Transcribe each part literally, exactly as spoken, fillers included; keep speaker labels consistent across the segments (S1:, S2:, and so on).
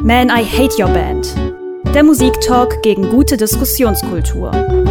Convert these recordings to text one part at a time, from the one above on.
S1: Man, I Hate Your Band. Der Musiktalk gegen gute Diskussionskultur.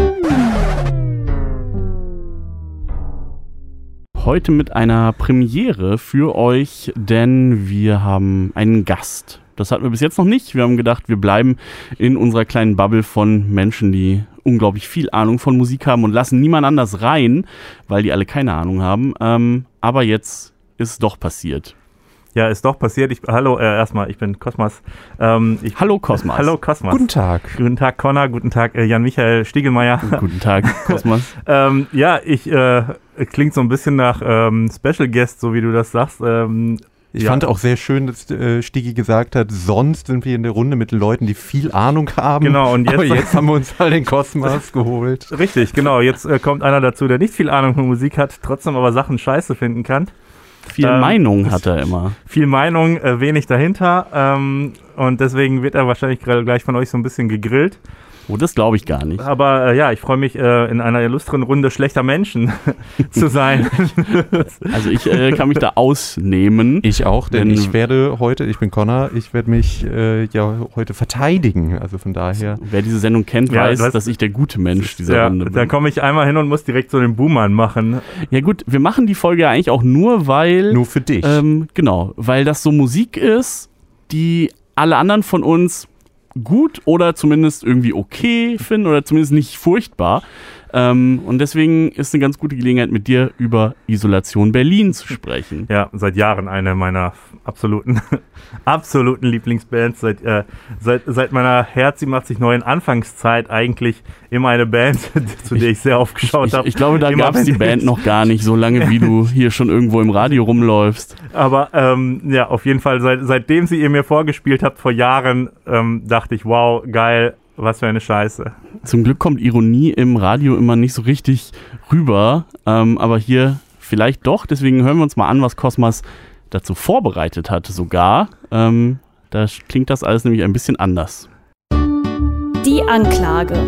S2: Heute mit einer Premiere für euch, denn wir haben einen Gast. Das hatten wir bis jetzt noch nicht. Wir haben gedacht, wir bleiben in unserer kleinen Bubble von Menschen, die unglaublich viel Ahnung von Musik haben und lassen niemand anders rein, weil die alle keine Ahnung haben. Ähm, aber jetzt ist es doch passiert.
S3: Ja, ist doch passiert. Ich, hallo, äh, erstmal, ich bin Cosmas. Ähm, ich,
S2: hallo Cosmas.
S3: Hallo Cosmas.
S4: Guten Tag.
S3: Guten Tag, Connor. Guten Tag, äh, Jan-Michael Stiegelmeier.
S2: Guten Tag, Cosmas.
S3: ähm, ja, ich, äh, klingt so ein bisschen nach ähm, Special Guest, so wie du das sagst. Ähm,
S4: Ich
S3: ja.
S4: fand auch sehr schön, dass äh, Stigi gesagt hat, sonst sind wir in der Runde mit Leuten, die viel Ahnung haben.
S3: Genau, und jetzt,
S4: aber jetzt haben wir uns halt den Cosmas geholt.
S3: Richtig, genau. Jetzt äh, kommt einer dazu, der nicht viel Ahnung von Musik hat, trotzdem aber Sachen scheiße finden kann.
S2: Viel ähm, Meinung hat er immer.
S3: Viel Meinung, äh, wenig dahinter. Ähm, und deswegen wird er wahrscheinlich gleich von euch so ein bisschen gegrillt.
S2: Oh, das glaube ich gar nicht.
S3: Aber äh, ja, ich freue mich, äh, in einer illustren Runde schlechter Menschen zu sein.
S2: Also ich äh, kann mich da ausnehmen.
S4: Ich auch, denn, denn ich werde heute, ich bin Connor, ich werde mich äh, ja heute verteidigen. Also von daher.
S2: Wer diese Sendung kennt, ja, weiß, dass ich der gute Mensch dieser
S3: ja,
S2: Runde bin.
S3: Da komme ich einmal hin und muss direkt so den Buhmann machen.
S2: Ja gut, wir machen die Folge ja eigentlich auch nur, weil...
S4: Nur für dich.
S2: Ähm, genau, weil das so Musik ist, die alle anderen von uns gut oder zumindest irgendwie okay finden oder zumindest nicht furchtbar. Ähm, und deswegen ist eine ganz gute Gelegenheit, mit dir über Isolation Berlin zu sprechen.
S3: Ja, seit Jahren eine meiner absoluten, absoluten Lieblingsbands. Seit, äh, seit, seit meiner Herz siebenundachtzig-neuen Anfangszeit eigentlich immer eine Band, zu der ich sehr aufgeschaut habe.
S2: Ich, ich glaube, da gab es die Band noch gar nicht, so lange wie du hier schon irgendwo im Radio rumläufst.
S3: Aber ähm, ja, auf jeden Fall, seit, seitdem sie ihr mir vorgespielt habt, vor Jahren, ähm, dachte ich, wow, geil. Was für eine Scheiße.
S2: Zum Glück kommt Ironie im Radio immer nicht so richtig rüber, ähm, aber hier vielleicht doch. Deswegen hören wir uns mal an, was Cosmas dazu vorbereitet hat sogar. Ähm, da klingt das alles nämlich ein bisschen anders.
S1: Die Anklage.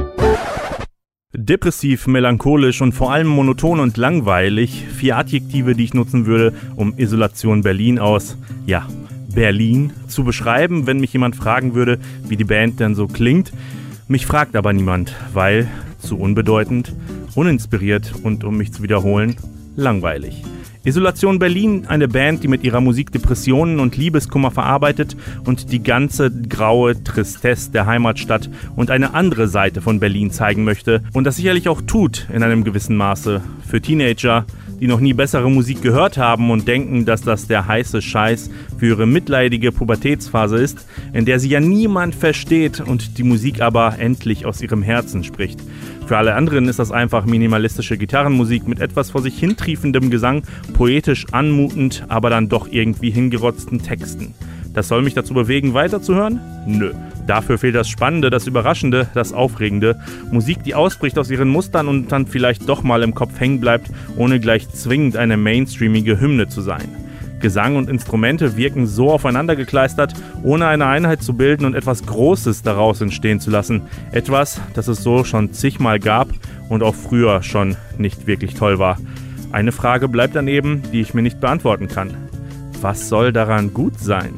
S3: Depressiv, melancholisch und vor allem monoton und langweilig. Vier Adjektive, die ich nutzen würde, um Isolation Berlin aus, ja, Berlin zu beschreiben, wenn mich jemand fragen würde, wie die Band denn so klingt. Mich fragt aber niemand, weil zu unbedeutend, uninspiriert und, um mich zu wiederholen, langweilig. Isolation Berlin, eine Band, die mit ihrer Musik Depressionen und Liebeskummer verarbeitet und die ganze graue Tristesse der Heimatstadt und eine andere Seite von Berlin zeigen möchte und das sicherlich auch tut in einem gewissen Maße für Teenager, die noch nie bessere Musik gehört haben und denken, dass das der heiße Scheiß für ihre mitleidige Pubertätsphase ist, in der sie ja niemand versteht und die Musik aber endlich aus ihrem Herzen spricht. Für alle anderen ist das einfach minimalistische Gitarrenmusik mit etwas vor sich hintriefendem Gesang, poetisch anmutend, aber dann doch irgendwie hingerotzten Texten. Das soll mich dazu bewegen, weiterzuhören? Nö. Dafür fehlt das Spannende, das Überraschende, das Aufregende. Musik, die ausbricht aus ihren Mustern und dann vielleicht doch mal im Kopf hängen bleibt, ohne gleich zwingend eine mainstreamige Hymne zu sein. Gesang und Instrumente wirken so aufeinander gekleistert, ohne eine Einheit zu bilden und etwas Großes daraus entstehen zu lassen. Etwas, das es so schon zigmal gab und auch früher schon nicht wirklich toll war. Eine Frage bleibt daneben, die ich mir nicht beantworten kann. Was soll daran gut sein?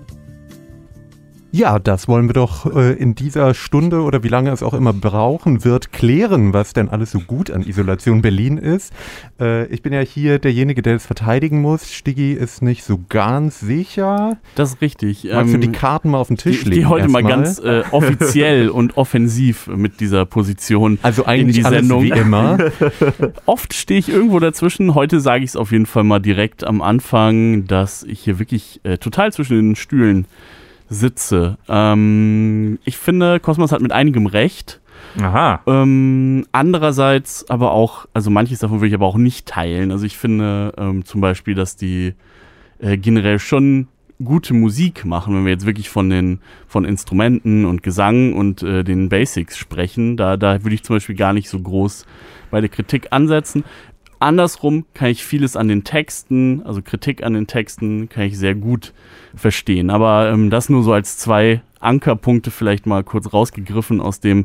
S4: Ja, das wollen wir doch äh, in dieser Stunde oder wie lange es auch immer brauchen wird, klären, was denn alles so gut an Isolation Berlin ist. Äh, ich bin ja hier derjenige, der es verteidigen muss. Stiggi ist nicht so ganz sicher.
S2: Das ist richtig.
S4: Magst
S2: ähm,
S4: du die Karten mal auf den Tisch
S2: die,
S4: legen?
S2: Die heute mal
S4: mal
S2: ganz äh, offiziell und offensiv mit dieser Position
S4: also eigentlich
S2: in die
S4: alles
S2: Sendung.
S4: Wie immer.
S2: Oft stehe ich irgendwo dazwischen. Heute sage ich es auf jeden Fall mal direkt am Anfang, dass ich hier wirklich äh, total zwischen den Stühlen sitze. Ähm, ich finde, Cosmas hat mit einigem recht.
S3: Aha.
S2: Ähm, andererseits aber auch, also manches davon will ich aber auch nicht teilen. Also ich finde ähm, zum Beispiel, dass die äh, generell schon gute Musik machen, wenn wir jetzt wirklich von den von Instrumenten und Gesang und äh, den Basics sprechen. Da, da würde ich zum Beispiel gar nicht so groß bei der Kritik ansetzen. Andersrum kann ich vieles an den Texten, also Kritik an den Texten, kann ich sehr gut verstehen. Aber ähm, das nur so als zwei Ankerpunkte vielleicht mal kurz rausgegriffen aus dem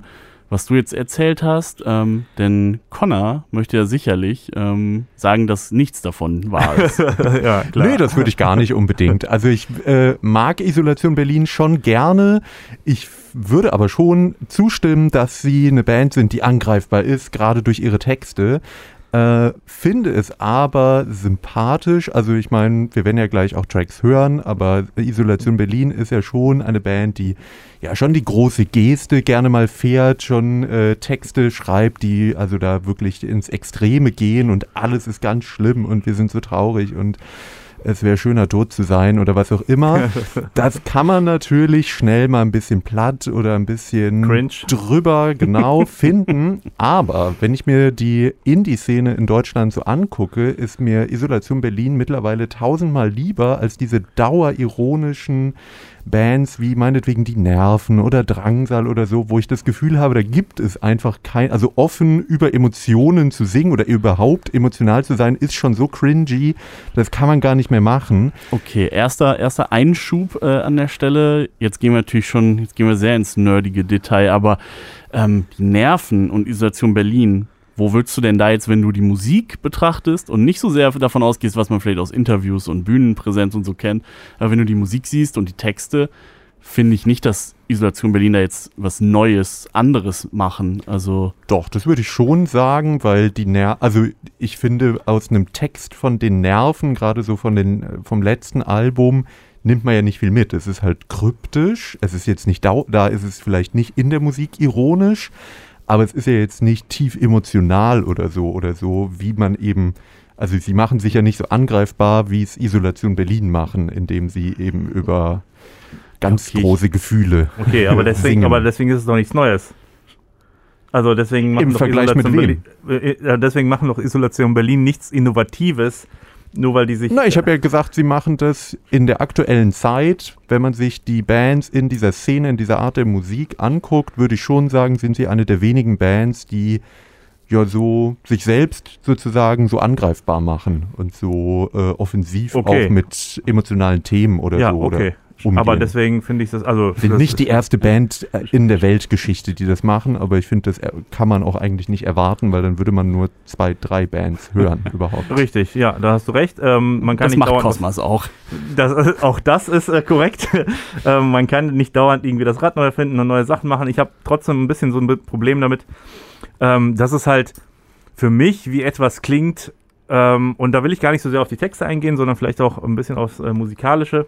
S2: was du jetzt erzählt hast, ähm, denn Connor möchte ja sicherlich ähm, sagen, dass nichts davon wahr ist.
S4: Ja, klar. Nee, das würde ich gar nicht unbedingt. Also ich äh, mag Isolation Berlin schon gerne. Ich würde aber schon zustimmen, dass sie eine Band sind, die angreifbar ist, gerade durch ihre Texte. Äh, finde es aber sympathisch, also ich meine, wir werden ja gleich auch Tracks hören, aber Isolation Berlin ist ja schon eine Band, die ja schon die große Geste gerne mal fährt, schon äh, Texte schreibt, die also da wirklich ins Extreme gehen und alles ist ganz schlimm und wir sind so traurig und es wäre schöner, tot zu sein oder was auch immer. Das kann man natürlich schnell mal ein bisschen platt oder ein bisschen
S3: Cringe.
S4: drüber genau finden. Aber wenn ich mir die Indie-Szene in Deutschland so angucke, ist mir Isolation Berlin mittlerweile tausendmal lieber als diese dauerironischen Bands wie meinetwegen die Nerven oder Drangsal oder so, wo ich das Gefühl habe, da gibt es einfach kein, also offen über Emotionen zu singen oder überhaupt emotional zu sein, ist schon so cringy, das kann man gar nicht mehr machen.
S2: Okay, erster, erster Einschub äh, an der Stelle. Jetzt gehen wir natürlich schon, jetzt gehen wir sehr ins nerdige Detail, aber ähm, die Nerven und Isolation Berlin, wo würdest du denn da jetzt, wenn du die Musik betrachtest und nicht so sehr davon ausgehst, was man vielleicht aus Interviews und Bühnenpräsenz und so kennt, aber wenn du die Musik siehst und die Texte, finde ich nicht, dass Isolation Berlin da jetzt was Neues, anderes machen. Also
S4: doch, das würde ich schon sagen, weil die Ner- also ich finde aus einem Text von den Nerven, gerade so von den vom letzten Album, nimmt man ja nicht viel mit. Es ist halt kryptisch, es ist jetzt nicht da, da ist es vielleicht nicht in der Musik ironisch, aber es ist ja jetzt nicht tief emotional oder so oder so, wie man eben, also sie machen sich ja nicht so angreifbar, wie es Isolation Berlin machen, indem sie eben über ganz
S3: okay.
S4: große Gefühle
S3: Okay, aber deswegen, aber deswegen ist es doch nichts Neues. Also deswegen machen
S4: Im
S3: doch
S4: Vergleich
S3: Isolation
S4: mit wem?
S3: Berlin, äh, deswegen machen doch Isolation Berlin nichts Innovatives, nur weil die sich...
S4: Na, ich habe ja gesagt, sie machen das in der aktuellen Zeit. Wenn man sich die Bands in dieser Szene, in dieser Art der Musik anguckt, würde ich schon sagen, sind sie eine der wenigen Bands, die ja so sich selbst sozusagen so angreifbar machen und so äh, offensiv
S3: okay.
S4: auch mit emotionalen Themen oder
S3: ja,
S4: so.
S3: Okay.
S4: Oder umgehen.
S3: Aber deswegen finde ich das, also...
S4: sind
S3: das
S4: nicht die erste Band in der Weltgeschichte, die das machen, aber ich finde, das kann man auch eigentlich nicht erwarten, weil dann würde man nur zwei, drei Bands hören überhaupt.
S3: Richtig, ja, da hast du recht. Ähm, man kann
S2: das
S3: nicht
S2: macht
S3: dauernd,
S2: Kosmas auch.
S3: Das, auch das ist äh, korrekt. ähm, man kann nicht dauernd irgendwie das Rad neu erfinden und neue Sachen machen. Ich habe trotzdem ein bisschen so ein Problem damit, ähm, dass es halt für mich wie etwas klingt, ähm, und da will ich gar nicht so sehr auf die Texte eingehen, sondern vielleicht auch ein bisschen aufs äh, Musikalische.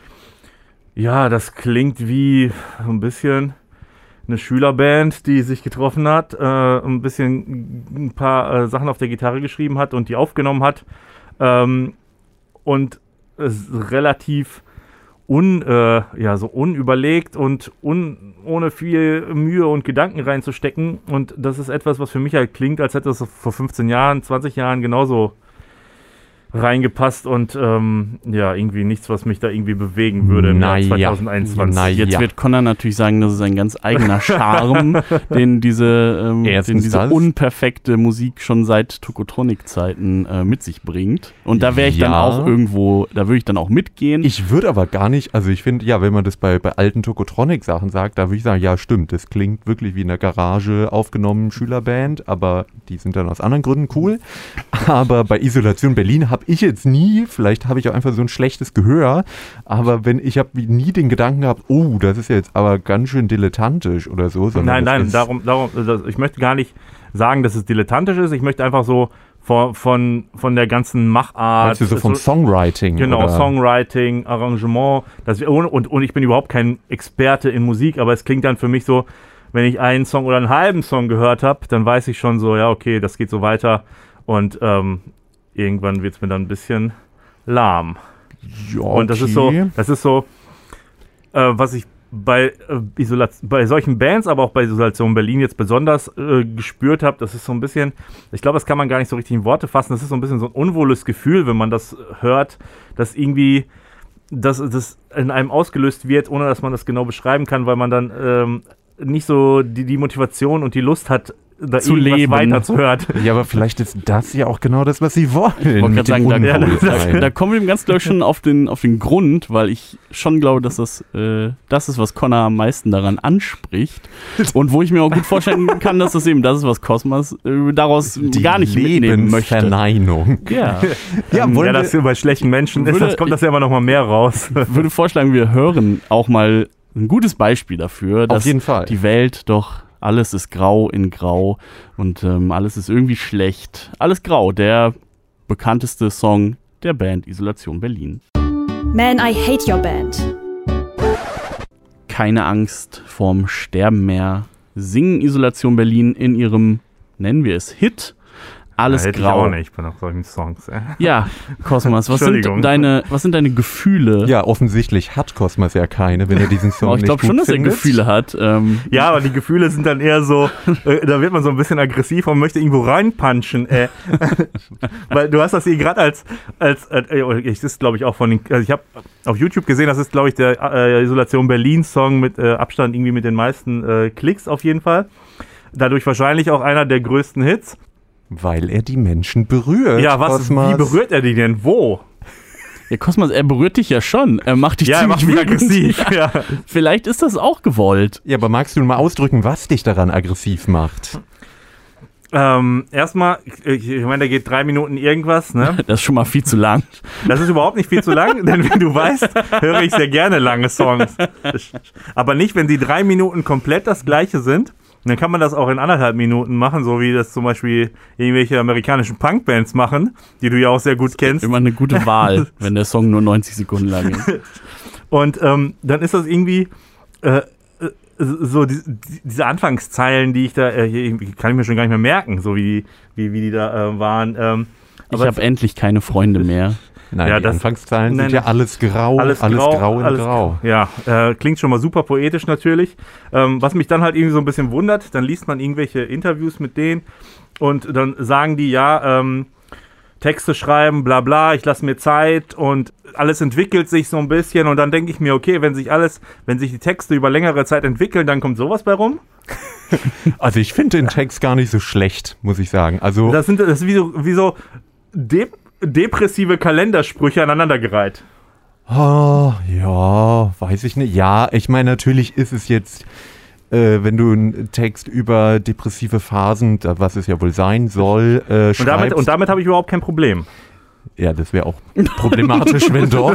S3: Ja, das klingt wie so ein bisschen eine Schülerband, die sich getroffen hat, äh, ein bisschen ein paar äh, Sachen auf der Gitarre geschrieben hat und die aufgenommen hat ähm, und es relativ un, äh, ja, so unüberlegt und un, ohne viel Mühe und Gedanken reinzustecken, und das ist etwas, was für mich halt klingt, als hätte es vor fünfzehn Jahren, zwanzig Jahren genauso reingepasst und ähm, ja, irgendwie nichts, was mich da irgendwie bewegen würde im
S4: Na
S3: Jahr
S4: ja.
S3: zwanzig einundzwanzig.
S4: Na
S2: Jetzt
S4: ja.
S2: wird Connor natürlich sagen, das ist ein ganz eigener Charme, den diese, ähm, den diese
S4: das.
S2: unperfekte Musik schon seit Tokotronic-Zeiten äh, mit sich bringt. Und da wäre ich dann
S4: Ja.
S2: auch irgendwo, da würde ich dann auch mitgehen.
S4: Ich würde aber gar nicht, also ich finde, ja, wenn man das bei, bei alten Tokotronic-Sachen sagt, da würde ich sagen, ja, stimmt, das klingt wirklich wie in der Garage aufgenommen Schülerband, aber die sind dann aus anderen Gründen cool. Aber bei Isolation Berlin habe ich jetzt nie, vielleicht habe ich auch einfach so ein schlechtes Gehör, aber wenn ich habe nie den Gedanken gehabt, oh, das ist jetzt aber ganz schön dilettantisch oder so.
S3: Nein,
S4: das
S3: nein,
S4: ist,
S3: darum, darum, das, ich möchte gar nicht sagen, dass es dilettantisch ist, ich möchte einfach so von, von, von der ganzen Machart.
S4: Meinst du so vom Songwriting?
S3: Genau,
S4: oder?
S3: Songwriting, Arrangement, das, und, und, und ich bin überhaupt kein Experte in Musik, aber es klingt dann für mich so, wenn ich einen Song oder einen halben Song gehört habe, dann weiß ich schon so, ja, okay, das geht so weiter und ähm, irgendwann wird es mir dann ein bisschen lahm.
S4: Ja,
S3: Und das
S4: okay.
S3: ist so, das ist so, äh, was ich bei, äh, Isola- bei solchen Bands, aber auch bei Isolation Berlin jetzt besonders äh, gespürt habe, das ist so ein bisschen, ich glaube, das kann man gar nicht so richtig in Worte fassen, das ist so ein bisschen so ein unwohles Gefühl, wenn man das hört, dass irgendwie dass das in einem ausgelöst wird, ohne dass man das genau beschreiben kann, weil man dann ähm, nicht so die, die Motivation und die Lust hat, da
S2: zu
S3: irgendwas
S2: leben.
S3: weiter zu hören.
S4: Ja, aber vielleicht ist das ja auch genau das, was sie wollen.
S2: Ich wollte
S4: mit
S2: gerade
S4: dem
S2: sagen, da,
S4: Unwohlsein.
S2: da, da kommen wir ganz, glaube ich, schon auf den, auf den Grund, weil ich schon glaube, dass das äh, das ist, was Connor am meisten daran anspricht. Und wo ich mir auch gut vorstellen kann, dass das eben das ist, was Cosmas äh, daraus
S4: Die
S2: gar nicht mitnehmen möchte.
S4: Lebensverneinung.
S2: Ja.
S4: Ja,
S2: Ähm,
S4: wollen
S3: Ja,
S4: wir-
S3: das bei schlechten Menschen ist,
S2: Würde-
S3: das kommt das ja immer noch mal mehr raus.
S2: Ich würde vorschlagen, wir hören auch mal ein gutes Beispiel dafür, dass
S4: Auf jeden Fall.
S2: die Welt doch alles ist grau in grau und ähm, alles ist irgendwie schlecht. Alles grau, der bekannteste Song der Band Isolation Berlin.
S1: Man, I hate your band.
S2: Keine Angst vorm Sterben mehr. Singen Isolation Berlin in ihrem, nennen wir es, Hit. Alles
S3: Ja, hätte
S2: grau.
S3: ich auch nicht bei noch solchen Songs. Ey.
S2: Ja, Cosmas, was
S3: Entschuldigung.
S2: sind deine, was sind deine Gefühle?
S4: Ja, offensichtlich hat Cosmas ja keine, wenn er diesen Song
S2: Oh, ich
S4: nicht
S2: glaube
S4: gut
S2: schon, dass er
S4: findet.
S2: Gefühle hat. Ähm,
S3: Ja, aber die Gefühle sind dann eher so, äh, da wird man so ein bisschen aggressiv und möchte irgendwo reinpunchen. Äh. Weil du hast das hier gerade als, als, äh, das ist glaube ich auch von den, also ich habe auf YouTube gesehen, das ist glaube ich der äh, Isolation Berlin Song mit äh, Abstand irgendwie mit den meisten äh, Klicks auf jeden Fall. Dadurch wahrscheinlich auch einer der größten Hits.
S4: Weil er die Menschen berührt.
S3: Ja, was,
S4: Cosmas.
S3: wie berührt er die denn? Wo?
S2: ja, Cosmas, er berührt dich ja schon. Er macht dich
S3: Ja, er
S2: ziemlich
S3: macht mich
S2: wütend.
S3: aggressiv.
S2: Ja.
S3: Ja.
S2: Vielleicht ist das auch gewollt.
S4: Ja, aber magst du mal ausdrücken, was dich daran aggressiv macht?
S3: Ähm, erstmal, ich, ich meine, da geht drei Minuten irgendwas, ne?
S2: Das ist schon mal viel zu lang.
S3: Das ist überhaupt nicht viel zu lang, denn wie du weißt, höre ich sehr gerne lange Songs. Aber nicht, wenn die drei Minuten komplett das gleiche sind. Und dann kann man das auch in anderthalb Minuten machen, so wie das zum Beispiel irgendwelche amerikanischen Punkbands machen, die du ja auch sehr gut kennst.
S2: Immer eine gute Wahl, wenn der Song nur neunzig Sekunden lang ist.
S3: Und ähm, dann ist das irgendwie äh, äh, so die, die, diese Anfangszeilen, die ich da, äh, hier irgendwie kann ich mir schon gar nicht mehr merken, so wie, wie, wie die da äh, waren. Ähm,
S2: Ich
S3: aber
S2: habe endlich keine Freunde mehr.
S4: Nein,
S3: Ja,
S4: die
S3: das-
S4: Anfangszahlen
S3: nein,
S4: sind ja alles grau, alles, grau, in
S3: alles
S4: grau.
S3: Ja, äh, klingt schon mal super poetisch natürlich. Ähm, was mich dann halt irgendwie so ein bisschen wundert, dann liest man irgendwelche Interviews mit denen und dann sagen die, ja, ähm, Texte schreiben, bla bla, ich lasse mir Zeit und alles entwickelt sich so ein bisschen und dann denke ich mir, okay, wenn sich alles, wenn sich die Texte über längere Zeit entwickeln, dann kommt sowas bei rum.
S4: Also ich finde den Text gar nicht so schlecht, muss ich sagen. Also
S3: Das sind das ist wie so, wie so de depressive Kalendersprüche aneinandergereiht.
S4: Oh, ja, weiß ich nicht. Ja, ich meine, natürlich ist es jetzt, äh, wenn du einen Text über depressive Phasen, da- was es ja wohl sein soll, äh,
S3: Und damit,
S4: schreibst.
S3: und damit habe ich überhaupt kein Problem.
S4: Ja, das wäre auch problematisch, wenn doch.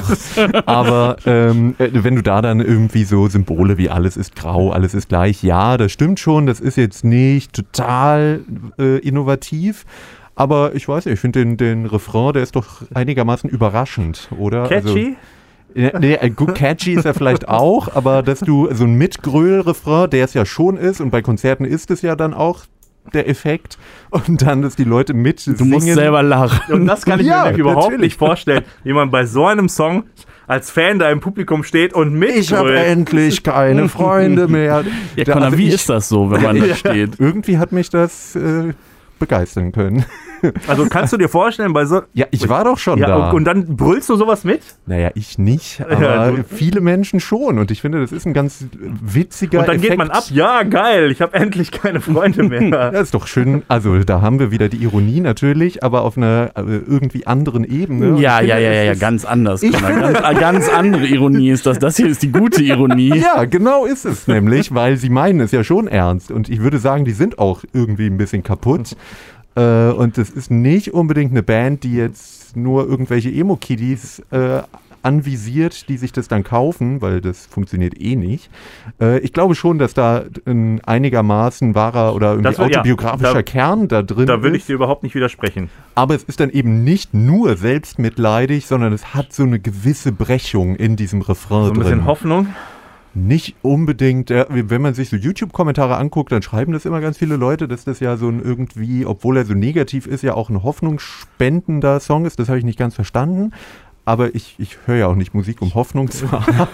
S4: Aber ähm, äh, wenn du da dann irgendwie so Symbole wie alles ist grau, alles ist gleich, ja, das stimmt schon, das ist jetzt nicht total äh, innovativ. Aber ich weiß nicht, ich finde den, den Refrain, der ist doch einigermaßen überraschend, oder?
S3: Catchy?
S4: Also, nee, äh, gut, catchy ist er vielleicht auch, aber dass du so ein Mitgröl-Refrain, der es ja schon ist, und bei Konzerten ist es ja dann auch der Effekt, und dann, dass die Leute mit
S2: Du musst selber lachen.
S3: Und das kann ich
S4: Ja,
S3: mir nämlich überhaupt
S4: natürlich.
S3: nicht vorstellen, wie man bei so einem Song als Fan da im Publikum steht und mit.
S4: Ich habe endlich keine Freunde mehr.
S2: Ja,
S4: Da-
S2: Connor,
S4: also
S2: wie
S4: ich-
S2: ist das so, wenn man da steht?
S4: Irgendwie hat mich das äh, begeistern können.
S3: Also kannst du dir vorstellen, bei so.
S4: Ja, ich war doch schon
S3: Ja,
S4: da.
S3: und, und dann brüllst du sowas mit?
S4: naja, ich nicht, aber
S3: Ja, du-
S4: viele Menschen schon. Und ich finde, das ist ein ganz witziger
S3: Und dann
S4: Effekt.
S3: geht man ab, ja, geil, ich habe endlich keine Freunde mehr.
S4: Das ist doch schön. Also da haben wir wieder die Ironie natürlich, aber auf einer äh, irgendwie anderen Ebene. Und
S2: Ja,
S4: ich
S2: ja,
S4: finde,
S2: ja, ja,
S4: es
S2: ja,
S4: ist-
S2: ganz anders.
S4: Ich
S2: Connor. Ganz, äh, ganz andere Ironie ist das. Das hier ist die gute Ironie.
S4: Ja, genau ist es nämlich, weil sie meinen es ja schon ernst. Und ich würde sagen, die sind auch irgendwie ein bisschen kaputt. Äh, und das ist nicht unbedingt eine Band, die jetzt nur irgendwelche Emo-Kiddies äh, anvisiert, die sich das dann kaufen, weil das funktioniert eh nicht. Äh, ich glaube schon, dass da ein einigermaßen wahrer oder irgendwie
S3: Das wird- ja,
S4: autobiografischer
S3: da-
S4: Kern da drin
S3: Da will ich
S4: ist.
S3: dir überhaupt nicht widersprechen.
S4: Aber es ist dann eben nicht nur selbstmitleidig, sondern es hat so eine gewisse Brechung in diesem Refrain
S3: So ein
S4: drin.
S3: bisschen Hoffnung.
S4: Nicht unbedingt, ja, wenn man sich so YouTube-Kommentare anguckt, dann schreiben das immer ganz viele Leute, dass das ja so ein irgendwie, obwohl er so negativ ist, ja auch ein hoffnungsspendender Song ist. Das habe ich nicht ganz verstanden. Aber ich, ich höre ja auch nicht Musik, um Hoffnung zu haben.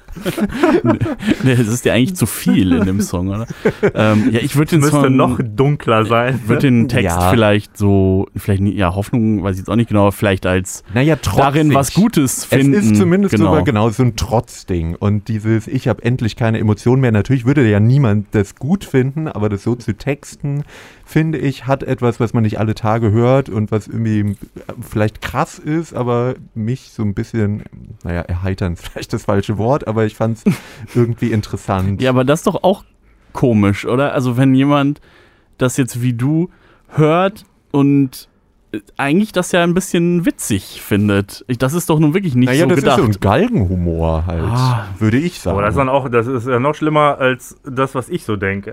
S2: Nee, das ist ja eigentlich zu viel in dem Song, oder? Ähm, ja, ich würde den
S3: müsste
S2: Song
S3: noch dunkler sein.
S2: würde den Text
S4: Ja.
S2: vielleicht so, vielleicht nie, ja, Hoffnung, weiß ich jetzt auch nicht genau, aber vielleicht als
S4: Naja, trotzdem.
S2: darin was Gutes finden.
S4: Es ist zumindest
S2: genau.
S4: sogar genau so ein Trotzding. Und dieses Ich habe endlich keine Emotionen mehr. Natürlich würde ja niemand das gut finden, aber das so zu texten, finde ich, hat etwas, was man nicht alle Tage hört und was irgendwie vielleicht krass ist, aber mich so ein bisschen, naja, erheitern ist vielleicht das falsche Wort, aber ich fand es irgendwie interessant.
S2: Ja, aber das ist doch auch komisch, oder? Also wenn jemand das jetzt wie du hört und eigentlich das ja ein bisschen witzig findet. Ich, das ist doch nun wirklich nicht
S4: naja,
S2: so
S4: das
S2: gedacht.
S4: ist so ein Galgenhumor halt,
S2: Ah.
S4: würde ich sagen.
S3: Aber das ist dann auch, das ist ja noch schlimmer als das, was ich so denke.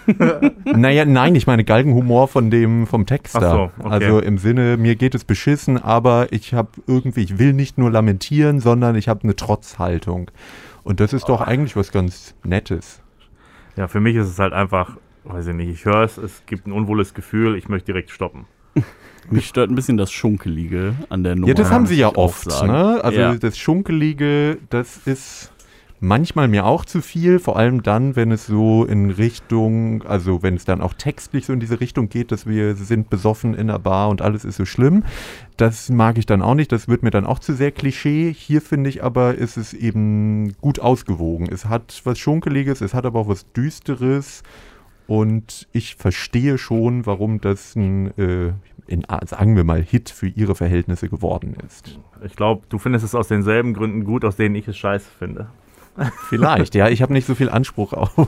S4: Naja, nein, ich meine Galgenhumor von dem, vom Texter.
S3: Ach so, okay.
S4: Also im Sinne, mir geht es beschissen, aber ich habe irgendwie, ich will nicht nur lamentieren, sondern ich habe eine Trotzhaltung. Und das ist doch eigentlich was ganz Nettes.
S3: Ja, für mich ist es halt einfach, weiß ich nicht, ich höre es, es gibt ein unwohles Gefühl, ich möchte direkt stoppen.
S2: Mich stört ein bisschen das Schunkelige an der Nummer.
S4: Ja, das haben sie ja
S2: muss ich auch
S4: oft,
S2: sagen.
S4: ne? Also
S2: ja.
S4: das Schunkelige, das ist manchmal mir auch zu viel, vor allem dann, wenn es so in Richtung, also wenn es dann auch textlich so in diese Richtung geht, dass wir sind besoffen in einer Bar und alles ist so schlimm. Das mag ich dann auch nicht, das wird mir dann auch zu sehr Klischee. Hier finde ich aber, ist es eben gut ausgewogen. Es hat was Schunkeliges, es hat aber auch was Düsteres und ich verstehe schon, warum das ein, äh, in, sagen wir mal, Hit für ihre Verhältnisse geworden ist.
S3: Ich glaube, du findest es aus denselben Gründen gut, aus denen ich es scheiße finde.
S4: Vielleicht, ja. Ich habe nicht so viel Anspruch auf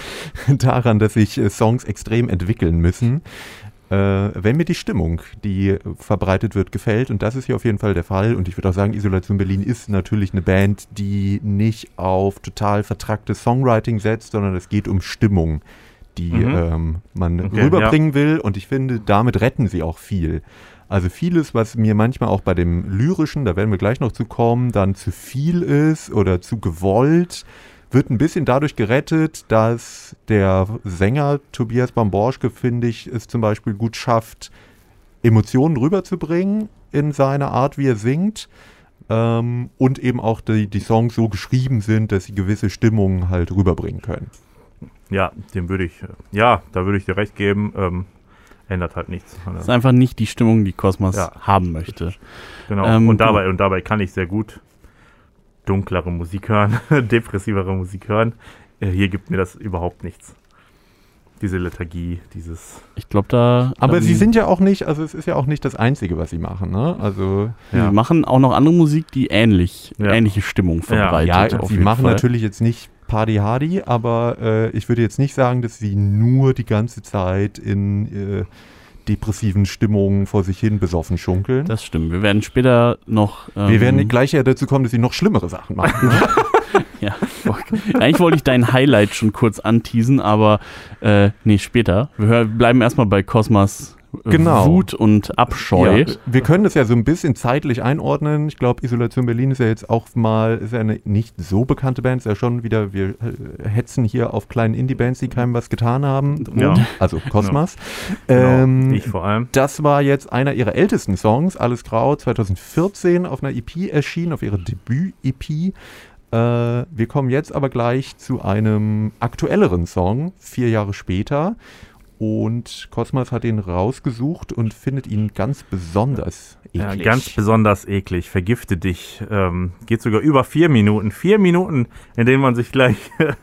S4: daran, dass sich äh, Songs extrem entwickeln müssen. Äh, wenn mir die Stimmung, die verbreitet wird, gefällt, und das ist hier auf jeden Fall der Fall, und ich würde auch sagen, Isolation Berlin ist natürlich eine Band, die nicht auf total vertracktes Songwriting setzt, sondern es geht um Stimmung, die
S3: Mhm.
S4: ähm, man
S3: Okay,
S4: rüberbringen will, und ich finde, damit retten sie auch viel. Also vieles, was mir manchmal auch bei dem Lyrischen, da werden wir gleich noch zu kommen, dann zu viel ist oder zu gewollt, wird ein bisschen dadurch gerettet, dass der Sänger Tobias Bamborschke, finde ich, es zum Beispiel gut schafft, Emotionen rüberzubringen in seiner Art, wie er singt. Ähm, und eben auch die, die Songs so geschrieben sind, dass sie gewisse Stimmungen halt rüberbringen können.
S3: Ja, dem würde ich, ja, da würde ich dir recht geben. Ähm, ändert halt nichts.
S2: Das ist einfach nicht die Stimmung, die Cosmos
S3: Ja.
S2: haben möchte.
S3: Genau.
S2: Ähm,
S3: und dabei und dabei kann ich sehr gut dunklere Musik hören, depressivere Musik hören. Äh, hier gibt mir das überhaupt nichts. Diese Lethargie, dieses.
S2: Ich glaube, da.
S4: Aber
S2: ähm,
S4: sie sind ja auch nicht, also es ist ja auch nicht das Einzige, was sie machen, ne? Also
S2: Sie
S3: Ja.
S2: machen auch noch andere Musik, die ähnlich,
S3: Ja.
S2: ähnliche Stimmung verbreitet.
S4: ja,
S2: auf
S4: sie
S2: jeden
S4: machen
S2: Fall.
S4: natürlich jetzt nicht Party Hardy, aber äh, ich würde jetzt nicht sagen, dass sie nur die ganze Zeit in äh, depressiven Stimmungen vor sich hin besoffen schunkeln.
S2: Das stimmt. Wir werden später noch. Ähm,
S4: Wir werden gleich ja dazu kommen, dass sie noch schlimmere Sachen machen.
S2: Ja, eigentlich wollte ich dein Highlight schon kurz anteasen, aber äh, nee, später. Wir hör, bleiben erstmal bei Cosmas äh,
S4: Genau.
S2: Wut und Abscheu.
S4: Ja, wir können das ja so ein bisschen zeitlich einordnen. Ich glaube, Isolation Berlin ist ja jetzt auch mal, ist ja eine nicht so bekannte Band, ist ja schon wieder, wir äh, hetzen hier auf kleinen Indie-Bands, die keinem was getan haben.
S3: Ja.
S4: Also Cosmos.
S3: Genau,
S4: Ähm,
S3: ich vor allem.
S4: Das war jetzt einer ihrer ältesten Songs, Alles Grau, zwanzig vierzehn auf einer E P erschienen, auf ihrer Debüt-E P. Äh, wir kommen jetzt aber gleich zu einem aktuelleren Song, vier Jahre später. Und Cosmos hat ihn rausgesucht und findet ihn ganz besonders
S3: Ja,
S4: eklig.
S3: ganz besonders eklig. Vergifte dich. Ähm, geht sogar über vier Minuten. Vier Minuten, in denen man sich gleich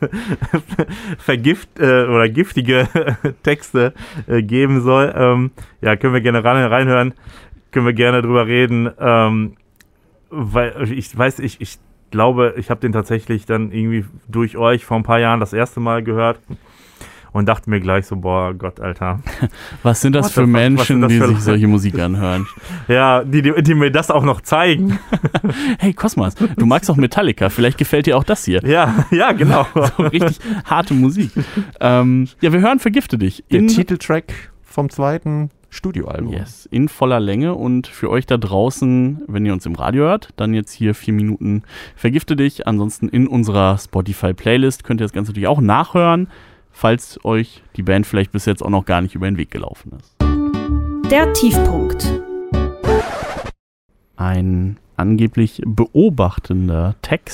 S3: vergift äh, oder giftige Texte äh, geben soll. Ähm, ja, können wir gerne rein, reinhören. Können wir gerne drüber reden. Ähm, weil ich weiß, ich, ich glaube, ich habe den tatsächlich dann irgendwie durch euch vor ein paar Jahren das erste Mal gehört. Und dachte mir gleich so, boah, Gott, Alter.
S2: Was sind das
S3: What
S2: für
S3: the fuck? Was
S2: Menschen,
S3: sind das
S2: die
S3: für
S2: sich
S3: Leute?
S2: solche Musik anhören?
S3: Ja, die, die, die mir das auch noch zeigen.
S2: Hey, Cosmos, du magst auch Metallica, vielleicht gefällt dir auch das hier.
S3: Ja, ja, genau.
S2: So richtig harte Musik. Ähm, ja, wir hören Vergifte dich.
S4: Der
S2: In,
S4: Titeltrack vom zweiten Studioalbum.
S2: yes, in voller Länge. Und für euch da draußen, wenn ihr uns im Radio hört, dann jetzt hier vier Minuten Vergifte dich. Ansonsten in unserer Spotify-Playlist könnt ihr das Ganze natürlich auch nachhören, falls euch die Band vielleicht bis jetzt auch noch gar nicht über den Weg gelaufen ist.
S1: Der Tiefpunkt.
S2: Ein angeblich beobachtender Text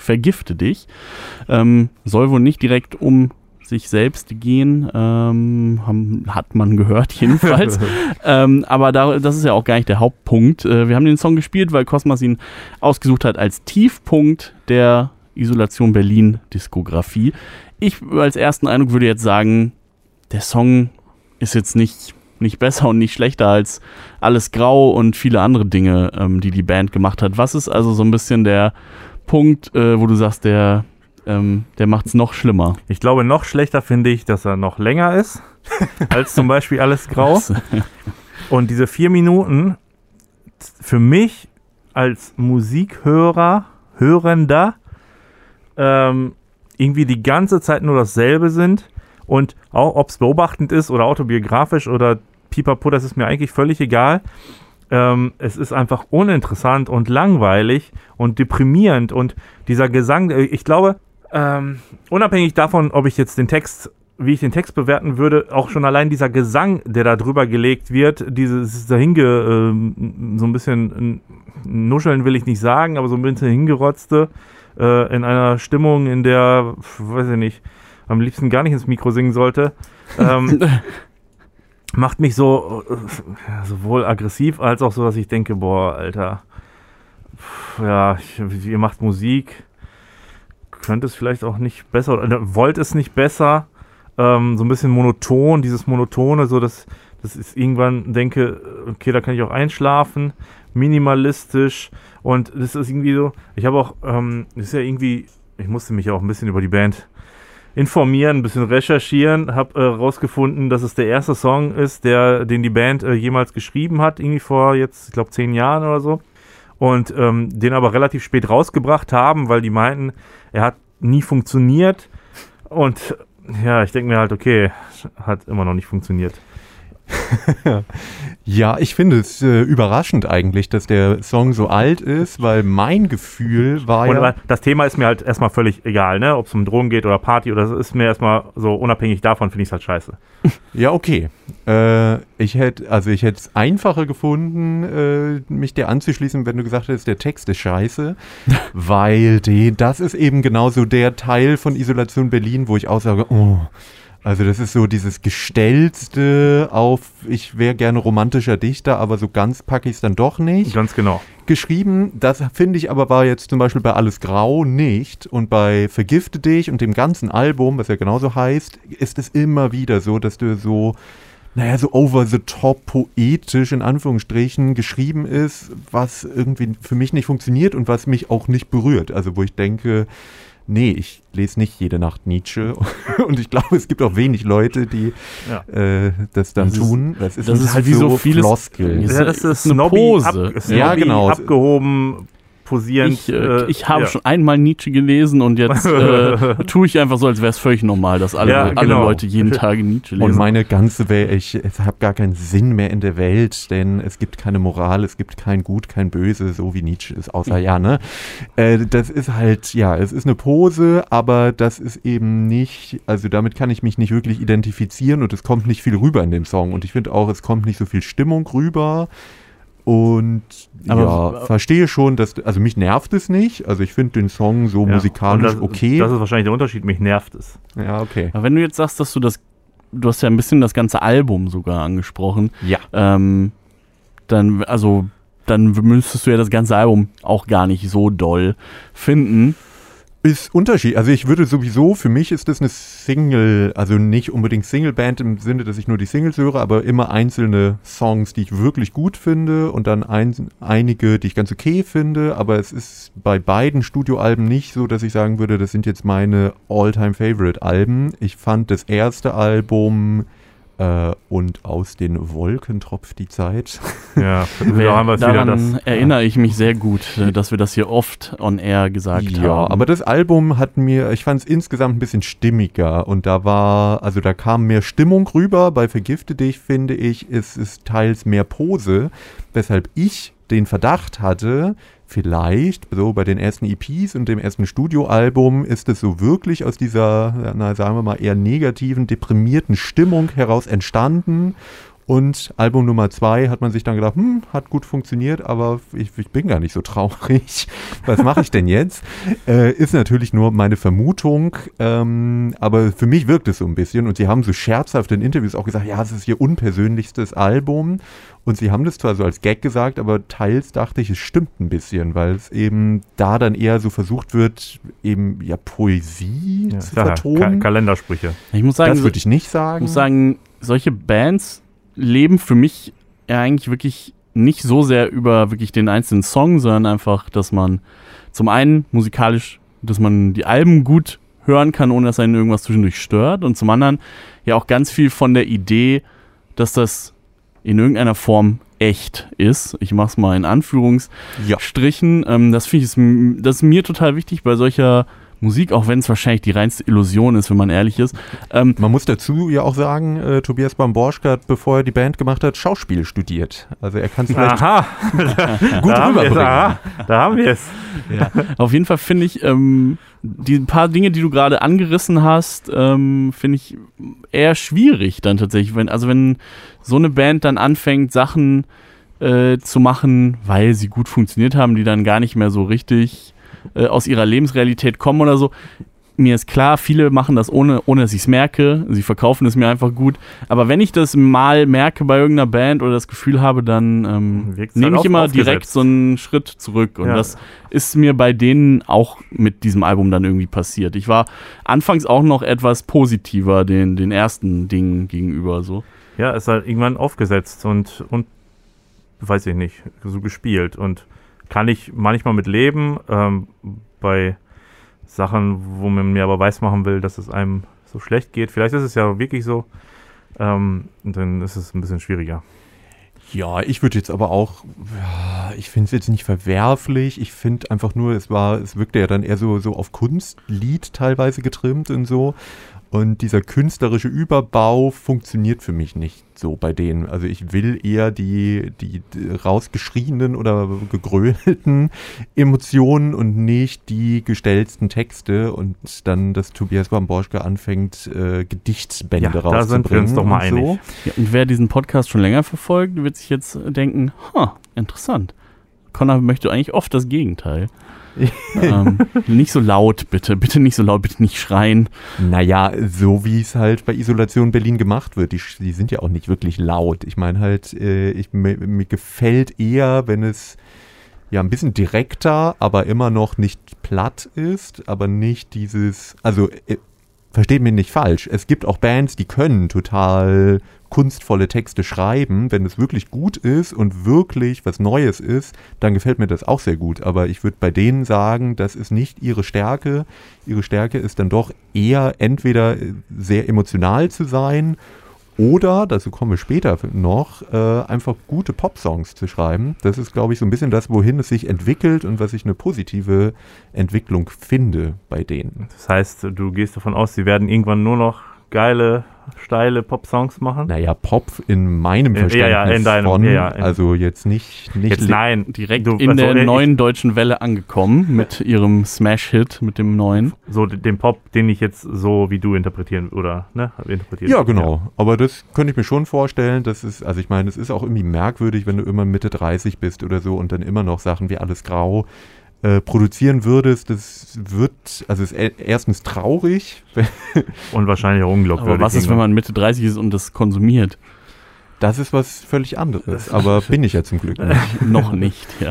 S2: Vergifte dich. Ähm, soll wohl nicht direkt um sich selbst gehen, ähm, haben, hat man gehört jedenfalls. ähm, aber da, das ist ja auch gar nicht der Hauptpunkt. Äh, wir haben den Song gespielt, weil Cosmas ihn ausgesucht hat als Tiefpunkt der Isolation Berlin Diskografie. Ich als ersten Eindruck würde jetzt sagen, der Song ist jetzt nicht, nicht besser und nicht schlechter als Alles Grau und viele andere Dinge, ähm, die die Band gemacht hat. Was ist also so ein bisschen der Punkt, äh, wo du sagst, der, ähm, der macht es noch schlimmer?
S3: Ich glaube, noch schlechter finde ich, dass er noch länger ist als zum Beispiel Alles Grau. Und diese vier Minuten für mich als Musikhörer, Hörender, ähm, irgendwie die ganze Zeit nur dasselbe sind und auch ob es beobachtend ist oder autobiografisch oder pipapo, das ist mir eigentlich völlig egal. Ähm, es ist einfach uninteressant und langweilig und deprimierend und dieser Gesang, ich glaube, ähm, unabhängig davon, ob ich jetzt den Text, wie ich den Text bewerten würde, auch schon allein dieser Gesang, der da drüber gelegt wird, dieses dahinge, äh, so ein bisschen nuscheln will ich nicht sagen, aber so ein bisschen hingerotzte, in einer Stimmung, in der, weiß ich nicht, am liebsten gar nicht ins Mikro singen sollte, ähm, macht mich so äh, sowohl aggressiv als auch so, dass ich denke, boah, Alter, ja, ich, ihr macht Musik, könnt es vielleicht auch nicht besser, oder wollt es nicht besser, ähm, so ein bisschen monoton, dieses Monotone, so dass, dass ich irgendwann denke, okay, da kann ich auch einschlafen, minimalistisch. Und das ist irgendwie so, ich habe auch, ähm, das ist ja irgendwie, ich musste mich ja auch ein bisschen über die Band informieren, ein bisschen recherchieren, habe äh, rausgefunden, dass es der erste Song ist, der, den die Band äh, jemals geschrieben hat, irgendwie vor jetzt, ich glaube, zehn Jahren oder so. Und ähm, den aber relativ spät rausgebracht haben, weil die meinten, er hat nie funktioniert. Und ja, ich denke mir halt, okay, hat immer noch nicht funktioniert.
S4: Ja, ich finde es äh, überraschend eigentlich, dass der Song so alt ist, weil mein Gefühl war
S3: und
S4: ja...
S3: Das Thema ist mir halt erstmal völlig egal, ne? Ob es um Drogen geht oder Party oder so, ist mir erstmal so unabhängig davon, finde ich es halt scheiße.
S4: Ja, okay. Äh, ich hätte also ich hätte es einfacher gefunden, äh, mich dir anzuschließen, wenn du gesagt hättest, der Text ist scheiße, weil die, das ist eben genauso der Teil von Isolation Berlin, wo ich auch sage, oh... Also das ist so dieses Gestellte auf, ich wäre gerne romantischer Dichter, aber so ganz packe ich es dann doch nicht.
S3: Ganz genau.
S4: Geschrieben, das finde ich aber war jetzt zum Beispiel bei Alles Grau nicht und bei Vergifte dich und dem ganzen Album, was ja genauso heißt, ist es immer wieder so, dass du so, naja, so over the top poetisch in Anführungsstrichen geschrieben ist, was irgendwie für mich nicht funktioniert und was mich auch nicht berührt. Also wo ich denke... Nee, ich lese nicht jede Nacht Nietzsche und ich glaube, es gibt auch wenig Leute, die ja. äh, das dann
S2: das
S4: tun.
S2: Ist,
S4: das ist,
S2: das ist halt wie so vieles
S4: Floskel.
S3: Ja, das ist eine Pose. Ab, Snobby,
S4: ja, genau.
S3: Abgehoben, posierend.
S2: Ich, äh, ich habe ja. schon einmal Nietzsche gelesen und jetzt äh, tue ich einfach so, als wäre es völlig normal, dass alle, ja, genau. alle Leute jeden Tag Nietzsche lesen.
S4: Und meine ganze Welt, ich, ich habe gar keinen Sinn mehr in der Welt, denn es gibt keine Moral, es gibt kein Gut, kein Böse, so wie Nietzsche ist, außer ja, ne? Äh, das ist halt, ja, es ist eine Pose, aber das ist eben nicht, also damit kann ich mich nicht wirklich identifizieren und es kommt nicht viel rüber in dem Song und ich finde auch, es kommt nicht so viel Stimmung rüber. Und aber, ja, verstehe schon, dass, also mich nervt es nicht, also ich finde den Song so ja, musikalisch
S3: das,
S4: okay.
S3: Das ist wahrscheinlich der Unterschied, mich nervt es.
S4: Ja, okay.
S2: Aber wenn du jetzt sagst, dass du das, du hast ja ein bisschen das ganze Album sogar angesprochen.
S4: Ja.
S2: Ähm, dann, also, dann müsstest du ja das ganze Album auch gar nicht so doll finden.
S4: Ist Unterschied. Also ich würde sowieso, für mich ist das eine Single, also nicht unbedingt Singleband im Sinne, dass ich nur die Singles höre, aber immer einzelne Songs, die ich wirklich gut finde und dann ein, einige, die ich ganz okay finde, aber es ist bei beiden Studioalben nicht so, dass ich sagen würde, das sind jetzt meine All-Time-Favorite-Alben. Ich fand das erste Album äh, und Aus den Wolken tropft die Zeit.
S3: Ja,
S2: Wer, haben wir daran
S3: wieder das,
S2: erinnere ja. ich mich sehr gut, dass wir das hier oft on air gesagt
S4: ja,
S2: haben.
S4: Ja, aber das Album hat mir, ich fand es insgesamt ein bisschen stimmiger und da war, also da kam mehr Stimmung rüber. Bei Vergifte dich, finde ich, ist es teils mehr Pose, weshalb ich den Verdacht hatte, vielleicht, so bei den ersten E Ps und dem ersten Studioalbum ist es so wirklich aus dieser, na, sagen wir mal, eher negativen, deprimierten Stimmung heraus entstanden Und Album Nummer zwei hat man sich dann gedacht, hm, hat gut funktioniert, aber ich, ich bin gar nicht so traurig. Was mache ich denn jetzt? Äh, ist natürlich nur meine Vermutung, ähm, aber für mich wirkt es so ein bisschen. Und sie haben so scherzhaft in Interviews auch gesagt, ja, es ist ihr unpersönlichstes Album. Und sie haben das zwar so als Gag gesagt, aber teils dachte ich, es stimmt ein bisschen, weil es eben da dann eher so versucht wird, eben ja Poesie
S3: ja,
S4: zu
S3: ja,
S4: vertonen.
S3: Ka- Kalendersprüche.
S2: Ich muss sagen,
S4: das würde ich nicht sagen.
S2: Ich muss sagen, solche Bands leben für mich ja eigentlich wirklich nicht so sehr über wirklich den einzelnen Song, sondern einfach, dass man zum einen musikalisch, dass man die Alben gut hören kann, ohne dass einen irgendwas zwischendurch stört, und zum anderen ja auch ganz viel von der Idee, dass das in irgendeiner Form echt ist. Ich mach's mal in Anführungsstrichen. Ja. Ähm, das finde ich, ist, das ist mir total wichtig bei solcher Musik, auch wenn es wahrscheinlich die reinste Illusion ist, wenn man ehrlich ist. Ähm,
S4: man muss dazu ja auch sagen, äh, Tobias Bamborschka hat, bevor er die Band gemacht hat, Schauspiel studiert. Also er kann es vielleicht
S3: aha.
S4: gut
S3: da
S4: rüberbringen.
S3: Aha. Da haben wir es.
S2: Ja. Auf jeden Fall finde ich, ähm, die paar Dinge, die du gerade angerissen hast, ähm, finde ich eher schwierig dann tatsächlich. Wenn, also wenn so eine Band dann anfängt, Sachen äh, zu machen, weil sie gut funktioniert haben, die dann gar nicht mehr so richtig äh, aus ihrer Lebensrealität kommen oder so. Mir ist klar, viele machen das ohne, ohne dass ich es merke. Sie verkaufen es mir einfach gut. Aber wenn ich das mal merke bei irgendeiner Band oder das Gefühl habe, dann ähm, nehme
S3: halt
S2: ich immer
S3: aufgesetzt.
S2: direkt so einen Schritt zurück. Und
S3: ja.
S2: das ist mir bei denen auch mit diesem Album dann irgendwie passiert. Ich war anfangs auch noch etwas positiver den, den ersten Dingen gegenüber. So.
S3: Ja, ist halt irgendwann aufgesetzt und, und weiß ich nicht, so gespielt. Und kann ich manchmal mit leben, ähm, bei Sachen, wo man mir aber weismachen will, dass es einem so schlecht geht. Vielleicht ist es ja wirklich so, ähm, und dann ist es ein bisschen schwieriger.
S4: Ja, ich würde jetzt aber auch, ja, ich finde es jetzt nicht verwerflich. Ich finde einfach nur, es war, es wirkte ja dann eher so, so auf Kunstlied teilweise getrimmt und so. Und dieser künstlerische Überbau funktioniert für mich nicht so bei denen. Also ich will eher die, die, die rausgeschrienen oder gegrölten Emotionen und nicht die gestellten Texte und dann, dass Tobias Bamborschka anfängt, äh, Gedichtsbände
S3: ja,
S4: rauszubringen.
S3: Da sind wir uns doch mal
S4: und
S3: einig.
S4: So.
S2: Ja, und wer diesen Podcast schon länger verfolgt, wird sich jetzt denken, ha, interessant. Connor möchte eigentlich oft das Gegenteil. ähm, nicht so laut, bitte. Bitte nicht so laut, bitte nicht schreien.
S4: Naja, so wie es halt bei Isolation Berlin gemacht wird. Die, die sind ja auch nicht wirklich laut. Ich meine halt, äh, ich, mir, mir gefällt eher, wenn es ja ein bisschen direkter, aber immer noch nicht platt ist, aber nicht dieses, also äh, versteht mich nicht falsch. Es gibt auch Bands, die können total kunstvolle Texte schreiben. Wenn es wirklich gut ist und wirklich was Neues ist, dann gefällt mir das auch sehr gut. Aber ich würde bei denen sagen, das ist nicht ihre Stärke. Ihre Stärke ist dann doch eher entweder sehr emotional zu sein oder, dazu kommen wir später noch, äh, einfach gute Popsongs zu schreiben. Das ist, glaube ich, so ein bisschen das, wohin es sich entwickelt und was ich eine positive Entwicklung finde bei denen.
S3: Das heißt, du gehst davon aus, sie werden irgendwann nur noch geile, steile Pop-Songs machen?
S4: Naja, Pop in meinem Verständnis
S3: ja, ja, in deinem,
S4: von,
S3: ja, ja, in
S4: also jetzt nicht... nicht
S3: jetzt nein,
S2: direkt
S3: du,
S2: in
S3: also,
S2: der
S3: ich,
S2: neuen deutschen Welle angekommen mit ihrem Smash-Hit, mit dem neuen.
S3: So den Pop, den ich jetzt so wie du interpretieren, oder, ne, interpretieren.
S4: Ja, genau. Ja. Aber das könnte ich mir schon vorstellen, das ist, also ich meine, es ist auch irgendwie merkwürdig, wenn du immer Mitte dreißig bist oder so und dann immer noch Sachen wie Alles Grau Äh, produzieren würdest, das wird, also es ist erstens traurig.
S3: Und wahrscheinlich auch unglaubwürdig.
S2: Aber was ist, wenn man Mitte dreißig ist und das konsumiert?
S4: Das ist was völlig anderes, aber bin ich ja zum Glück nicht.
S2: Noch nicht, ja.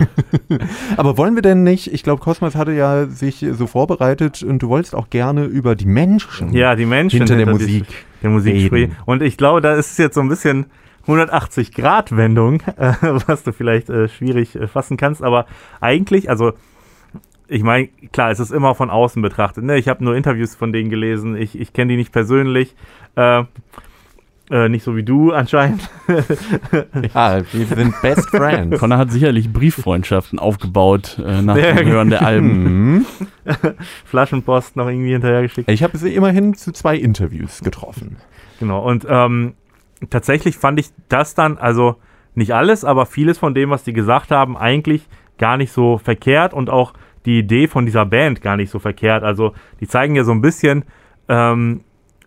S4: Aber wollen wir denn nicht, ich glaube, Cosmas hatte ja sich so vorbereitet und du wolltest auch gerne über die Menschen,
S3: ja, die Menschen
S4: hinter, hinter der
S3: die,
S4: Musik
S3: der Musik
S4: reden.
S3: Und ich glaube, da ist es jetzt so ein bisschen hundertachtzig Grad Wendung, äh, was du vielleicht äh, schwierig äh, fassen kannst, aber eigentlich, also ich meine, klar, es ist immer von außen betrachtet. Ne? Ich habe nur Interviews von denen gelesen. Ich, ich kenne die nicht persönlich. Äh, äh, nicht so wie du anscheinend.
S4: Ja, wir sind Best Friends.
S2: Connor hat sicherlich Brieffreundschaften aufgebaut äh, nach dem Hören der Alben.
S3: Flaschenpost noch irgendwie hinterhergeschickt.
S4: Ich habe sie immerhin zu zwei Interviews getroffen.
S3: Genau, und ähm, tatsächlich fand ich das dann, also nicht alles, aber vieles von dem, was die gesagt haben, eigentlich gar nicht so verkehrt und auch die Idee von dieser Band gar nicht so verkehrt. Also die zeigen ja so ein bisschen, ähm,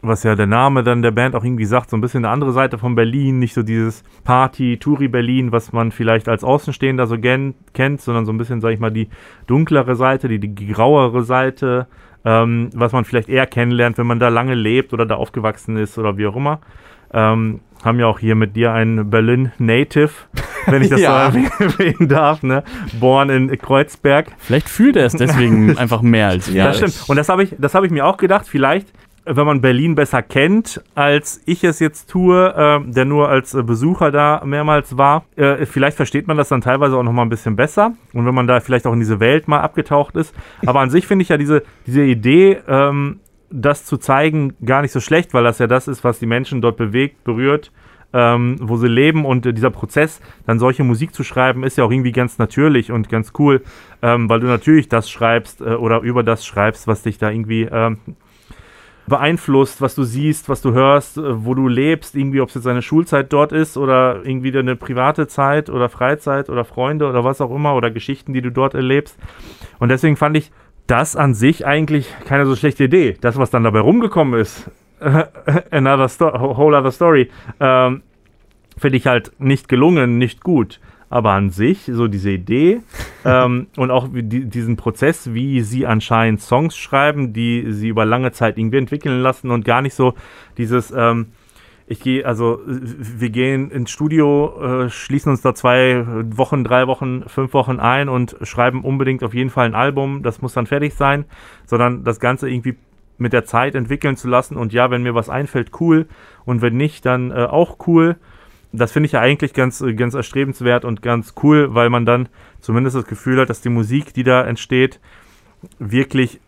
S3: was ja der Name dann der Band auch irgendwie sagt, so ein bisschen eine andere Seite von Berlin, nicht so dieses Party-Touri-Berlin, was man vielleicht als Außenstehender so gen- kennt, sondern so ein bisschen, sag ich mal, die dunklere Seite, die, die grauere Seite, ähm, was man vielleicht eher kennenlernt, wenn man da lange lebt oder da aufgewachsen ist oder wie auch immer. Ähm, haben ja auch hier mit dir einen Berlin-Native, wenn ich das
S4: Ja.
S3: so erwähnen darf, ne? Born in Kreuzberg.
S2: Vielleicht fühlt er es deswegen einfach mehr als wir.
S3: Das stimmt. Und das habe ich, das habe ich mir auch gedacht. Vielleicht, wenn man Berlin besser kennt, als ich es jetzt tue, äh, der nur als äh, Besucher da mehrmals war, äh, vielleicht versteht man das dann teilweise auch noch mal ein bisschen besser. Und wenn man da vielleicht auch in diese Welt mal abgetaucht ist. Aber an sich finde ich ja diese, diese Idee, ähm, das zu zeigen, gar nicht so schlecht, weil das ja das ist, was die Menschen dort bewegt, berührt, ähm, wo sie leben, und äh, dieser Prozess, dann solche Musik zu schreiben, ist ja auch irgendwie ganz natürlich und ganz cool, ähm, weil du natürlich das schreibst äh, oder über das schreibst, was dich da irgendwie ähm, beeinflusst, was du siehst, was du hörst, äh, wo du lebst, irgendwie, ob es jetzt deine Schulzeit dort ist oder irgendwie deine private Zeit oder Freizeit oder Freunde oder was auch immer oder Geschichten, die du dort erlebst. Und deswegen fand ich das an sich eigentlich keine so schlechte Idee. Das, was dann dabei rumgekommen ist, another sto- whole other story, ähm, finde ich halt nicht gelungen, nicht gut. Aber an sich, so diese Idee ähm, und auch die, diesen Prozess, wie sie anscheinend Songs schreiben, die sie über lange Zeit irgendwie entwickeln lassen und gar nicht so dieses, ähm, ich gehe, also wir gehen ins Studio, äh, schließen uns da zwei Wochen, drei Wochen, fünf Wochen ein und schreiben unbedingt auf jeden Fall ein Album, das muss dann fertig sein, sondern das Ganze irgendwie mit der Zeit entwickeln zu lassen und ja, wenn mir was einfällt, cool, und wenn nicht, dann äh, auch cool. Das finde ich ja eigentlich ganz, ganz erstrebenswert und ganz cool, weil man dann zumindest das Gefühl hat, dass die Musik, die da entsteht, wirklich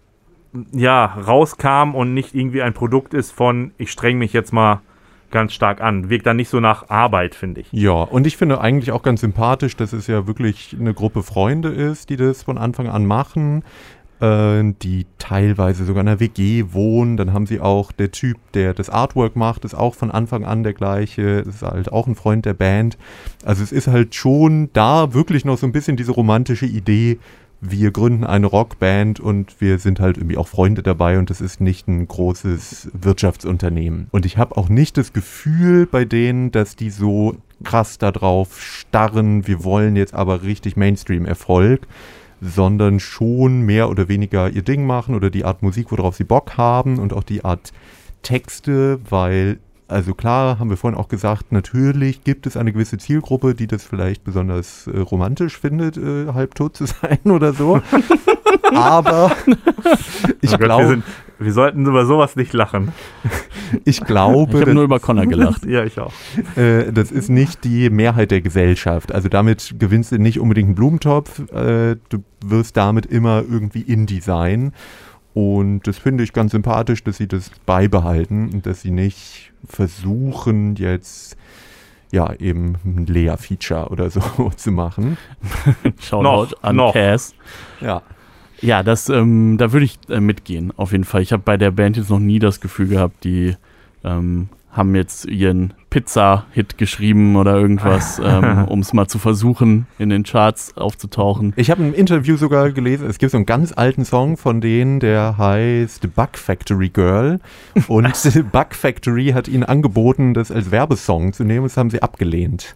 S3: ja, rauskam und nicht irgendwie ein Produkt ist von, ich streng mich jetzt mal ganz stark an. Wirkt dann nicht so nach Arbeit, finde ich.
S4: Ja, und ich finde eigentlich auch ganz sympathisch, dass es ja wirklich eine Gruppe Freunde ist, die das von Anfang an machen, äh, die teilweise sogar in einer W G wohnen. Dann haben sie auch, der Typ, der das Artwork macht, ist auch von Anfang an der gleiche, ist halt auch ein Freund der Band. Also es ist halt schon da wirklich noch so ein bisschen diese romantische Idee, wir gründen eine Rockband und wir sind halt irgendwie auch Freunde dabei und das ist nicht ein großes Wirtschaftsunternehmen. Und ich habe auch nicht das Gefühl bei denen, dass die so krass darauf starren, wir wollen jetzt aber richtig Mainstream-Erfolg, sondern schon mehr oder weniger ihr Ding machen oder die Art Musik, worauf sie Bock haben, und auch die Art Texte, weil, also klar, haben wir vorhin auch gesagt, natürlich gibt es eine gewisse Zielgruppe, die das vielleicht besonders äh, romantisch findet, äh, halbtot zu sein oder so. Aber ich
S3: Oh Gott,
S4: glaube,
S3: wir, sind- wir sollten über sowas nicht lachen.
S4: ich glaube,
S2: Ich habe
S4: das-
S2: nur über Connor gelacht.
S3: Ja, ich auch.
S4: Äh, das ist nicht die Mehrheit der Gesellschaft. Also damit gewinnst du nicht unbedingt einen Blumentopf. Äh, du wirst damit immer irgendwie Indie sein. Und das finde ich ganz sympathisch, dass sie das beibehalten und dass sie nicht versuchen, jetzt ja eben ein Lea-Feature oder so zu machen.
S2: Shoutout
S3: Noch,
S2: an
S3: noch.
S2: Cass.
S4: Ja.
S2: Ja, das, ähm, da würde ich äh, mitgehen, auf jeden Fall. Ich habe bei der Band jetzt noch nie das Gefühl gehabt, die ähm, haben jetzt ihren Pizza-Hit geschrieben oder irgendwas, ähm, um es mal zu versuchen, in den Charts aufzutauchen.
S4: Ich habe ein Interview sogar gelesen, es gibt so einen ganz alten Song von denen, der heißt Bug Factory Girl, und Bug Factory hat ihnen angeboten, das als Werbesong zu nehmen, das haben sie abgelehnt.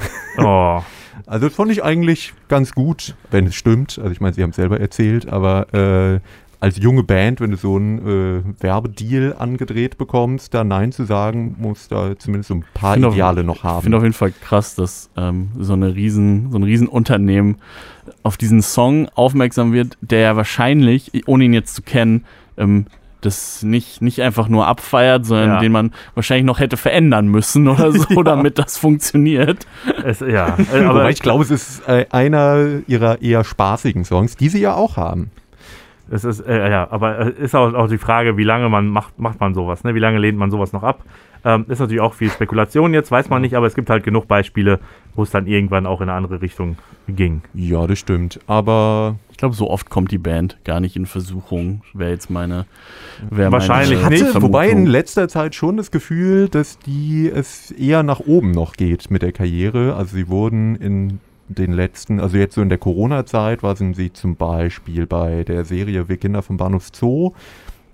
S3: Oh.
S4: Also das fand ich eigentlich ganz gut, wenn es stimmt, also ich meine, sie haben es selber erzählt, aber äh, als junge Band, wenn du so einen äh, Werbedeal angedreht bekommst, da Nein zu sagen, musst du da zumindest so ein paar
S2: Find auf-
S4: Ideale noch
S2: Ich
S4: haben.
S2: finde auf jeden Fall krass, dass ähm, so, eine riesen, so ein Riesenunternehmen auf diesen Song aufmerksam wird, der ja wahrscheinlich, ohne ihn jetzt zu kennen, ähm, das nicht, nicht einfach nur abfeiert, sondern
S3: Ja.
S2: den man wahrscheinlich noch hätte verändern müssen oder so,
S4: Ja.
S2: damit das funktioniert.
S3: Es, ja, äh, aber
S4: Wobei ich glaube, es ist äh, einer ihrer eher spaßigen Songs, die sie ja auch haben.
S3: Es ist, äh, ja, aber äh, ist auch, auch die Frage, wie lange man macht, macht man sowas, ne? Wie lange lehnt man sowas noch ab? Ähm, ist natürlich auch viel Spekulation jetzt, weiß man nicht, aber es gibt halt genug Beispiele, wo es dann irgendwann auch in eine andere Richtung ging.
S4: Ja, das stimmt. Aber
S2: Ich glaube, so oft kommt die Band gar nicht in Versuchung, wäre jetzt meine wär
S3: Wahrscheinlich
S2: meine
S3: nicht.
S4: hatte,
S2: Vermutung.
S4: wobei in letzter Zeit schon das Gefühl, dass die es eher nach oben noch geht mit der Karriere. Also sie wurden in den letzten, also jetzt so in der Corona-Zeit, waren sie zum Beispiel bei der Serie Wir Kinder vom Bahnhof Zoo,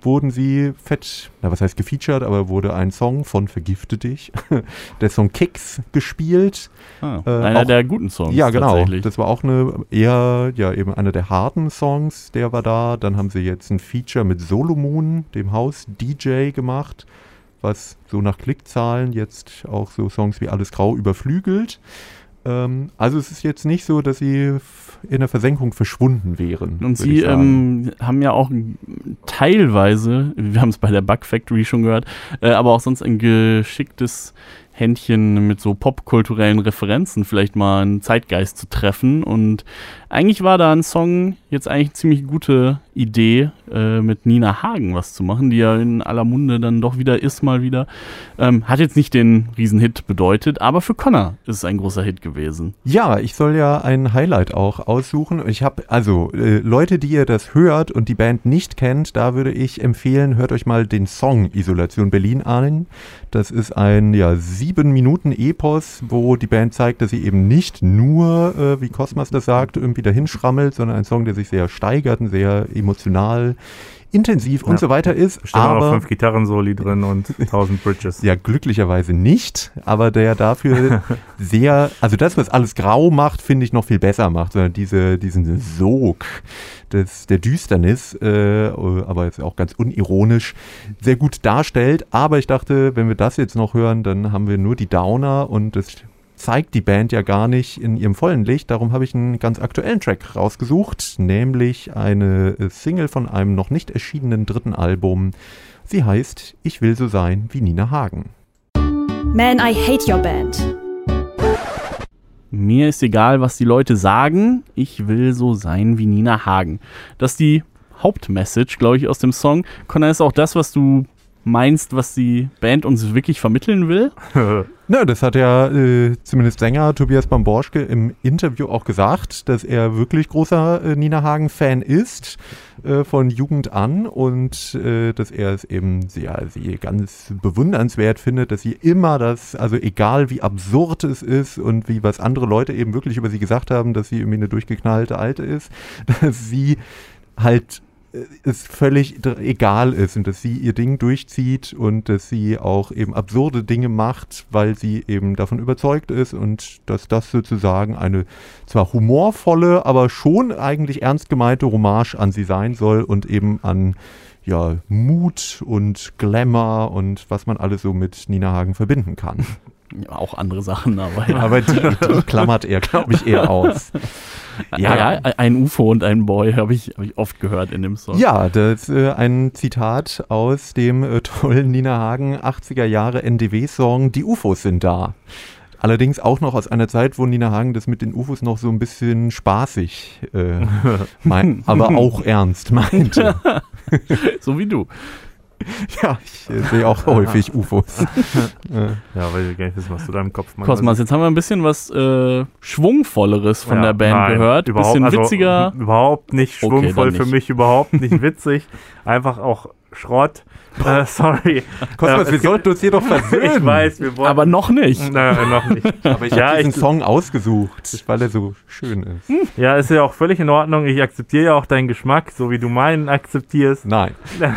S4: wurden sie fett, na was heißt gefeatured, aber wurde ein Song von Vergifte dich, der Song Kicks gespielt.
S2: Ah,
S4: äh,
S2: einer
S4: auch,
S2: der guten Songs.
S4: Ja, genau.
S2: Tatsächlich.
S4: Das war auch eine eher, ja, eben einer der harten Songs, der war da. Dann haben sie jetzt ein Feature mit Solomon, dem Haus-D J, gemacht, was so nach Klickzahlen jetzt auch so Songs wie Alles Grau überflügelt. Ähm, also es ist jetzt nicht so, dass sie in der Versenkung verschwunden wären.
S2: Und sie ähm, haben ja auch teilweise, wir haben es bei der Bug Factory schon gehört, äh, aber auch sonst ein geschicktes Händchen mit so popkulturellen Referenzen vielleicht mal einen Zeitgeist zu treffen. Und eigentlich war da ein Song jetzt eigentlich eine ziemlich gute Idee, äh, mit Nina Hagen was zu machen, die ja in aller Munde dann doch wieder ist mal wieder. Ähm, hat jetzt nicht den Riesenhit bedeutet, aber für Connor ist es ein großer Hit gewesen.
S4: Ja, ich soll ja ein Highlight auch aussuchen. Ich habe, also äh, Leute, die ihr das hört und die Band nicht kennt, da würde ich empfehlen, hört euch mal den Song Isolation Berlin an. Das ist ein, ja, sieben Minuten Epos, wo die Band zeigt, dass sie eben nicht nur, äh, wie Cosmas das sagt, irgendwie dahin schrammelt, sondern ein Song, der sich sehr steigert und sehr emotional, intensiv und
S3: ja.
S4: so weiter ist.
S3: Bestimmt
S4: aber
S3: auch fünf Gitarrensoli drin und tausend Bridges.
S4: Ja, glücklicherweise nicht, aber der dafür sehr, also das, was Alles Grau macht, finde ich noch viel besser macht, sondern diese, diesen Sog des, der Düsternis, äh, aber jetzt auch ganz unironisch, sehr gut darstellt. Aber ich dachte, wenn wir das jetzt noch hören, dann haben wir nur die Downer und das zeigt die Band ja gar nicht in ihrem vollen Licht. Darum habe ich einen ganz aktuellen Track rausgesucht, nämlich eine Single von einem noch nicht erschienenen dritten Album. Sie heißt Ich will so sein wie Nina Hagen.
S1: Man, I hate your band.
S2: Mir ist egal, was die Leute sagen. Ich will so sein wie Nina Hagen. Das ist die Hauptmessage, glaube ich, aus dem Song. Connor, ist auch das, was du meinst, was die Band uns wirklich vermitteln will?
S4: Na, das hat ja äh, zumindest Sänger Tobias Bamborschke im Interview auch gesagt, dass er wirklich großer äh, Nina Hagen-Fan ist, äh, von Jugend an, und äh, dass er es eben sehr, sie ganz bewundernswert findet, dass sie immer das, also egal wie absurd es ist und wie was andere Leute eben wirklich über sie gesagt haben, dass sie irgendwie eine durchgeknallte Alte ist, dass sie halt es völlig egal ist und dass sie ihr Ding durchzieht und dass sie auch eben absurde Dinge macht, weil sie eben davon überzeugt ist und dass das sozusagen eine zwar humorvolle, aber schon eigentlich ernst gemeinte Hommage an sie sein soll und eben an, ja, Mut und Glamour und was man alles so mit Nina Hagen verbinden kann.
S2: Ja, auch andere Sachen, aber ja.
S4: Aber die, die klammert er, glaube ich, eher aus.
S2: Ja, ja, ein U F O und ein Boy habe ich, hab ich oft gehört in dem Song.
S4: Ja, das ist äh, ein Zitat aus dem äh, tollen Nina Hagen achtziger Jahre N D W-Song Die U F Os sind da. Allerdings auch noch aus einer Zeit, wo Nina Hagen das mit den U F Os noch so ein bisschen spaßig, äh, mein, aber auch ernst meinte.
S2: So wie du.
S4: Ja, ich äh, sehe auch häufig U F Os.
S3: Ja, weil ich gar nicht wissen, was du da im Kopf machst.
S2: Cosmas, jetzt haben wir ein bisschen was äh, Schwungvolleres von
S3: ja,
S2: der Band
S3: nein,
S2: gehört. Ein bisschen
S3: also,
S2: witziger.
S3: Überhaupt nicht schwungvoll
S2: okay,
S3: für
S2: nicht.
S3: mich, überhaupt nicht witzig. Einfach auch Schrott. Äh, sorry.
S4: Cosmas,
S3: äh,
S4: wir sollten uns hier doch versöhnen.
S3: Ich weiß, wir wollen.
S2: Aber noch nicht.
S3: Nein, noch nicht.
S4: Aber ich
S3: ja,
S4: habe diesen
S3: ich,
S4: Song ausgesucht, weil er so schön ist.
S3: Ja, ist ja auch völlig in Ordnung. Ich akzeptiere ja auch deinen Geschmack, so wie du meinen akzeptierst.
S4: Nein.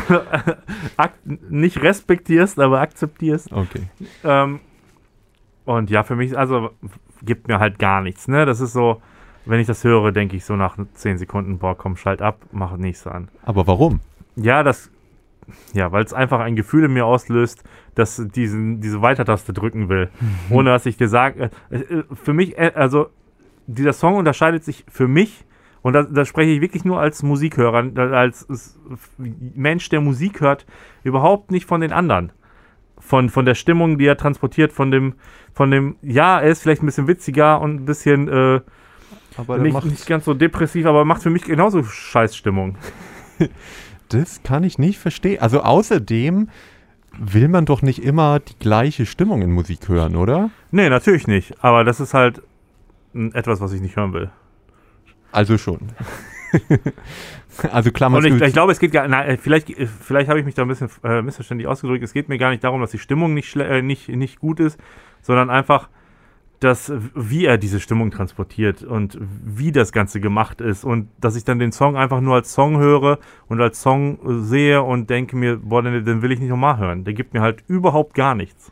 S3: Ak- nicht respektierst, aber akzeptierst.
S4: Okay.
S3: Ähm, und ja, für mich, also gibt mir halt gar nichts. Ne? Das ist so, wenn ich das höre, denke ich so nach zehn Sekunden, boah, komm, schalt ab, mach nichts an.
S4: Aber warum?
S3: Ja, das, ja, weil es einfach ein Gefühl in mir auslöst, dass diesen, diese Weitertaste drücken will. Mhm. Ohne dass ich dir sage, äh, für mich, äh, also dieser Song unterscheidet sich für mich, und da, da spreche ich wirklich nur als Musikhörer, als Mensch, der Musik hört, überhaupt nicht von den anderen. Von, von der Stimmung, die er transportiert, von dem, von dem, ja, er ist vielleicht ein bisschen witziger und ein bisschen äh,
S4: aber
S3: nicht, nicht ganz so depressiv, aber macht für mich genauso Scheißstimmung.
S4: Das kann ich nicht verstehen. Also außerdem will man doch nicht immer die gleiche Stimmung in Musik hören, oder?
S3: Nee, natürlich nicht. Aber das ist halt etwas, was ich nicht hören will.
S4: Also schon. Also klammerst
S3: Und ich,
S4: du...
S3: ich glaube, es geht gar na, vielleicht, vielleicht habe ich mich da ein bisschen äh, missverständlich ausgedrückt. Es geht mir gar nicht darum, dass die Stimmung nicht, schle- äh, nicht, nicht gut ist, sondern einfach, dass, wie er diese Stimmung transportiert und wie das Ganze gemacht ist und dass ich dann den Song einfach nur als Song höre und als Song sehe und denke mir, boah, den, den will ich nicht nochmal hören. Der gibt mir halt überhaupt gar nichts.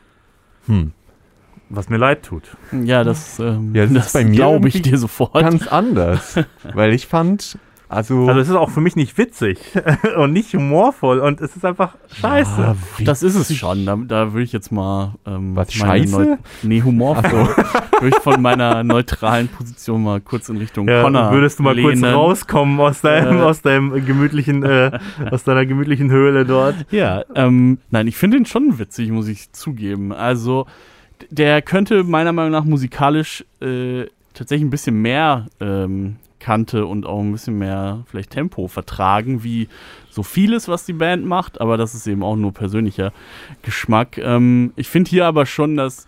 S4: Hm.
S3: Was mir leid tut.
S2: Ja, das, ähm,
S4: Ja, das,
S2: das
S4: ist bei mir
S2: glaube ich
S4: irgendwie
S2: dir sofort.
S4: ganz anders. Weil ich fand, also...
S3: Also es ist auch für mich nicht witzig und nicht humorvoll und es ist einfach scheiße.
S4: Ja,
S2: Das ist es schon. Da, da würde ich jetzt mal. Ähm,
S4: Was,
S2: meine
S4: Scheiße?
S2: Neu- nee, humorvoll. Würde ich von meiner neutralen Position mal kurz in Richtung
S3: Ja,
S2: Connor
S3: würdest du mal
S2: lehnen.
S3: kurz rauskommen aus deinem,
S2: Äh.
S3: aus deinem gemütlichen, äh, aus deiner gemütlichen Höhle dort?
S2: Ja, ähm, nein, ich finde ihn schon witzig, muss ich zugeben. Also, d- der könnte meiner Meinung nach musikalisch äh, tatsächlich ein bisschen mehr ähm, Kante und auch ein bisschen mehr vielleicht Tempo vertragen, wie so vieles, was die Band macht, aber das ist eben auch nur persönlicher Geschmack. Ähm, ich finde hier aber schon, dass